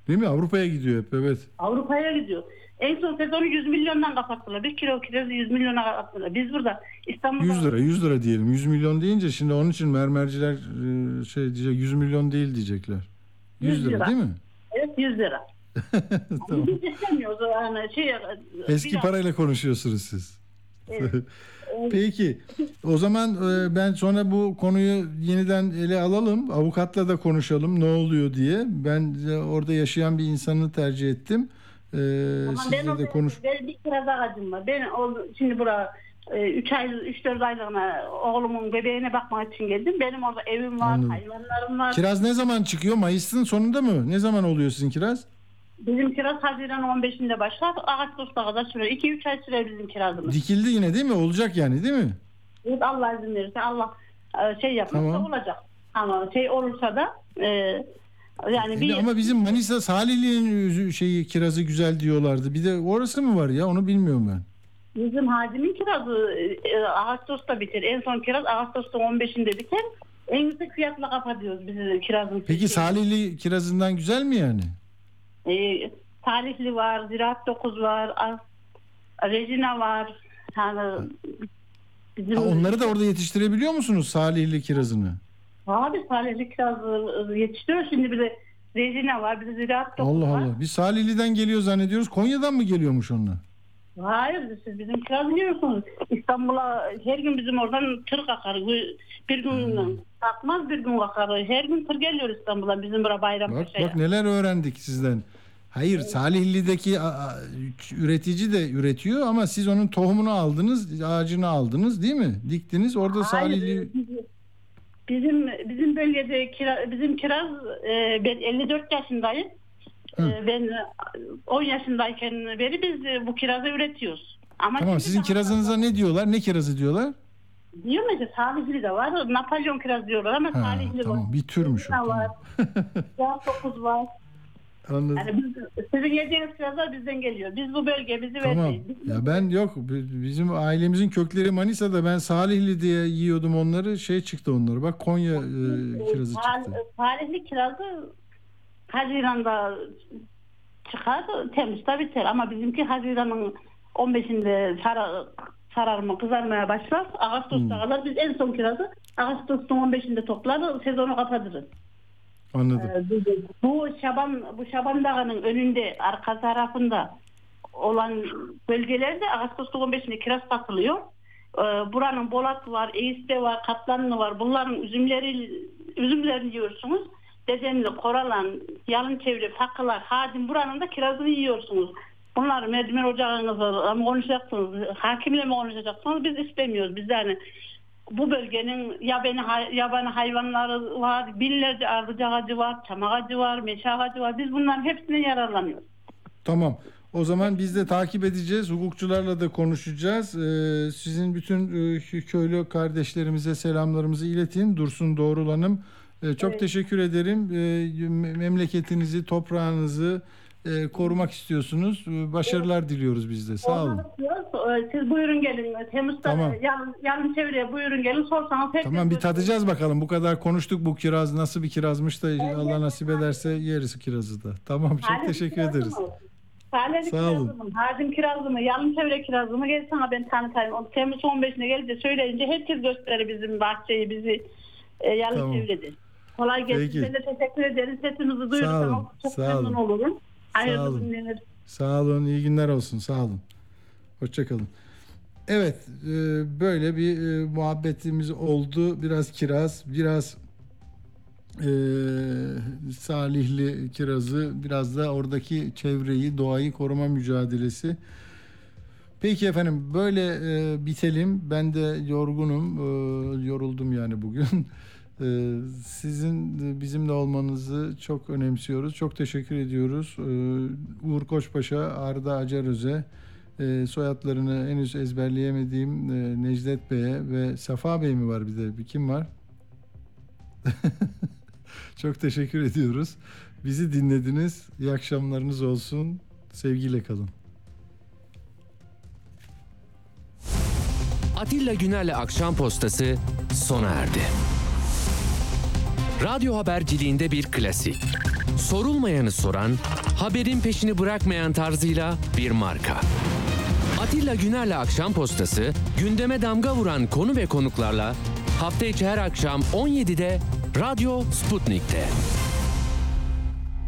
Değil mi? Avrupa'ya gidiyor hep, evet.
Avrupa'ya gidiyor. En son sezonu yüz milyondan kapattılar. Bir kilo kilosu yüz milyona kapattılar. Biz burada İstanbul'da...
yüz lira, yüz lira diyelim. yüz milyon deyince şimdi onun için mermerciler e, şey diyecek, yüz milyon değil diyecekler. yüz lira, değil mi?
Evet, yüz lira.
Tamam.
Biz istemiyoruz. Yani şey,
Eski
biraz...
parayla konuşuyorsunuz siz.
Evet.
Peki. O zaman e, ben sonra bu konuyu yeniden ele alalım. Avukatla da konuşalım ne oluyor diye. Ben de orada yaşayan bir insanı tercih ettim. Ee, sizle de konuş.
Benim bir kiraz ağacım var. Ben o, şimdi buraya üç ay, üç dört aylığına oğlumun bebeğine bakmak için geldim. Benim orada evim var,
Anladım.
hayvanlarım var.
Kiraz ne zaman çıkıyor? Mayıs'ın sonunda mı? Ne zaman oluyor sizin kiraz?
Bizim kiraz Haziran on beşinde başlar. Ağustos'a kadar sürer. iki üç ay sürer bizim kirazımız.
Dikildi yine değil mi? Olacak yani değil mi?
Evet, Allah izin verirse, Allah şey yaparsa
Tamam.
olacak. Ama şey olursa da e, yani bir...
Ama bizim Manisa Salihli'nin şeyi kirazı güzel diyorlardı. Bir de orası mı var ya? Onu bilmiyorum ben.
Bizim Hacim'in kirazı e, Ağustos'ta biter. En son kiraz Ağustos'un on beşinde biter. En yüksek fiyatla kapatıyoruz biz kirazın.
Peki Salihli kirazından güzel mi yani?
E, Salihli var, Ziraat dokuz var, A- Regina var. Yani bizim...
Ha, onları da orada yetiştirebiliyor musunuz Salihli kirazını?
Abi Salihli kirazı yetiştiriyor. Şimdi bir de Regina var, bir de Ziraat dokuz
Allah
var.
Allah. Biz Salihli'den geliyor zannediyoruz. Konya'dan mı geliyormuş onlar?
Hayır, siz bizim kiraz biliyorsunuz. İstanbul'a her gün bizim oradan tır akar. Bir gün kalkmaz, bir gün akar. Her gün tır geliyor İstanbul'a bizim buraya Bayrampaşa'ya.
Bak bak neler öğrendik sizden. Hayır, Salihli'deki a- a- üretici de üretiyor ama siz onun tohumunu aldınız, ağacını aldınız değil mi? Diktiniz. Orada Salihli...
Hayır, bizim bizim bölgede kira, bizim kiraz e, ben elli dört yaşındayım. E, ben on yaşındayken beri biz bu kirazı üretiyoruz. Ama
Tamam, sizin kirazınıza ne diyorlar? Ne kirazı diyorlar?
Diyor mesela Salihli de var. Napolyon kiraz diyorlar ama
Ha,
Salihli
tamam,
var.
bir türmüş o,
Regina var.
tamam.
dokuz var.
Anladım.
Yani biz, sizin yediğiniz kirazlar bizden geliyor. Biz bu bölge bizi
Tamam.
vermeyiz.
Ya ben yok. Bizim ailemizin kökleri Manisa'da. Ben Salihli diye yiyordum onları. Şey çıktı onları. Bak Konya e, kirazı çıktı.
Salihli kirazı Haziran'da çıkar, Temmuz'da biter. Ama bizimki Haziran'ın on beşinde sarar, sararma, kızarmaya başlar. Ağustos'ta
Hmm.
kadar biz en son kirazı Ağustos'un on beşinde toplar, sezonu kapatırız.
Anladım.
Ee, bu Şaban bu Şaban Dağı'nın önünde, arka tarafında olan bölgelerde Ağustos'un on beşinde kiraz satılıyor. Ee, buranın Bolat var, Eğiste var, Katlanlı var. Bunların üzümleri üzümlerini yiyorsunuz. Dedenli, Koralan, Yalın Çevre, Fakılar, Hadim buranın da kirazını yiyorsunuz. Bunlar merdiven ocağınızla mı konuşacaksınız, hakimle mi konuşacaksınız? Biz istemiyoruz. Biz yani bu bölgenin yabani, yabani hayvanları var, binlerce ardıç ağacı var, çam ağacı var, meşe ağacı var. Biz bunların hepsine yararlanıyoruz.
Tamam. O zaman biz de takip edeceğiz. Hukukçularla da konuşacağız. Ee, sizin bütün e, köylü kardeşlerimize selamlarımızı iletin. Dursun Doğrulanım. Ee, çok
Evet.
teşekkür ederim. Ee, memleketinizi, toprağınızı e, korumak istiyorsunuz. Ee, başarılar evet. diliyoruz biz de. Sağ olun.
Siz buyurun gelin. Temmuz'da
tamam.
yarın, yarın çevreye buyurun gelin. Sorsanız herkes...
Tamam, bir tadacağız bakalım. Bu kadar konuştuk, bu kiraz nasıl bir kirazmış da evet. Allah nasip ederse yeriz kirazı da. Tamam, çok Halim teşekkür ederiz.
Salihli kirazımı, Hadim kirazımı, Yalın Çevre kirazımı gel sana ben tanıtayım. Temmuz on beşine gelince söyleyince herkes gösterir bizim bahçeyi, bizi e, Yalın tamam. Çevre'de. Kolay gelsin. Ben de teşekkür ederiz. Sesinizi duyursanız çok
Sağ
memnun
olun.
olurum.
Hayırlı günler. Sağ olun. İyi günler olsun. Sağ olun. Hoşçakalın. Evet. Böyle bir muhabbetimiz oldu. Biraz kiraz, biraz e, Salihli kirazı, biraz da oradaki çevreyi, doğayı koruma mücadelesi. Peki efendim, böyle e, bitelim. Ben de yorgunum. E, yoruldum yani bugün. Sizin bizimle olmanızı çok önemsiyoruz. Çok teşekkür ediyoruz. Uğur Koçpaşa, Arda Acaröz'e, soyadlarını henüz ezberleyemediğim Necdet Bey'e ve Safa Bey mi var bir de? Bir kim var? Çok teşekkür ediyoruz. Bizi dinlediniz. İyi akşamlarınız olsun. Sevgiyle kalın.
Atilla Güner'le Akşam Postası sona erdi. radyo haberciliğinde bir klasik. Sorulmayanı soran, haberin peşini bırakmayan tarzıyla bir marka. Atilla Güner'le Akşam Postası, gündeme damga vuran konu ve konuklarla hafta içi her akşam on yedide Radyo Sputnik'te.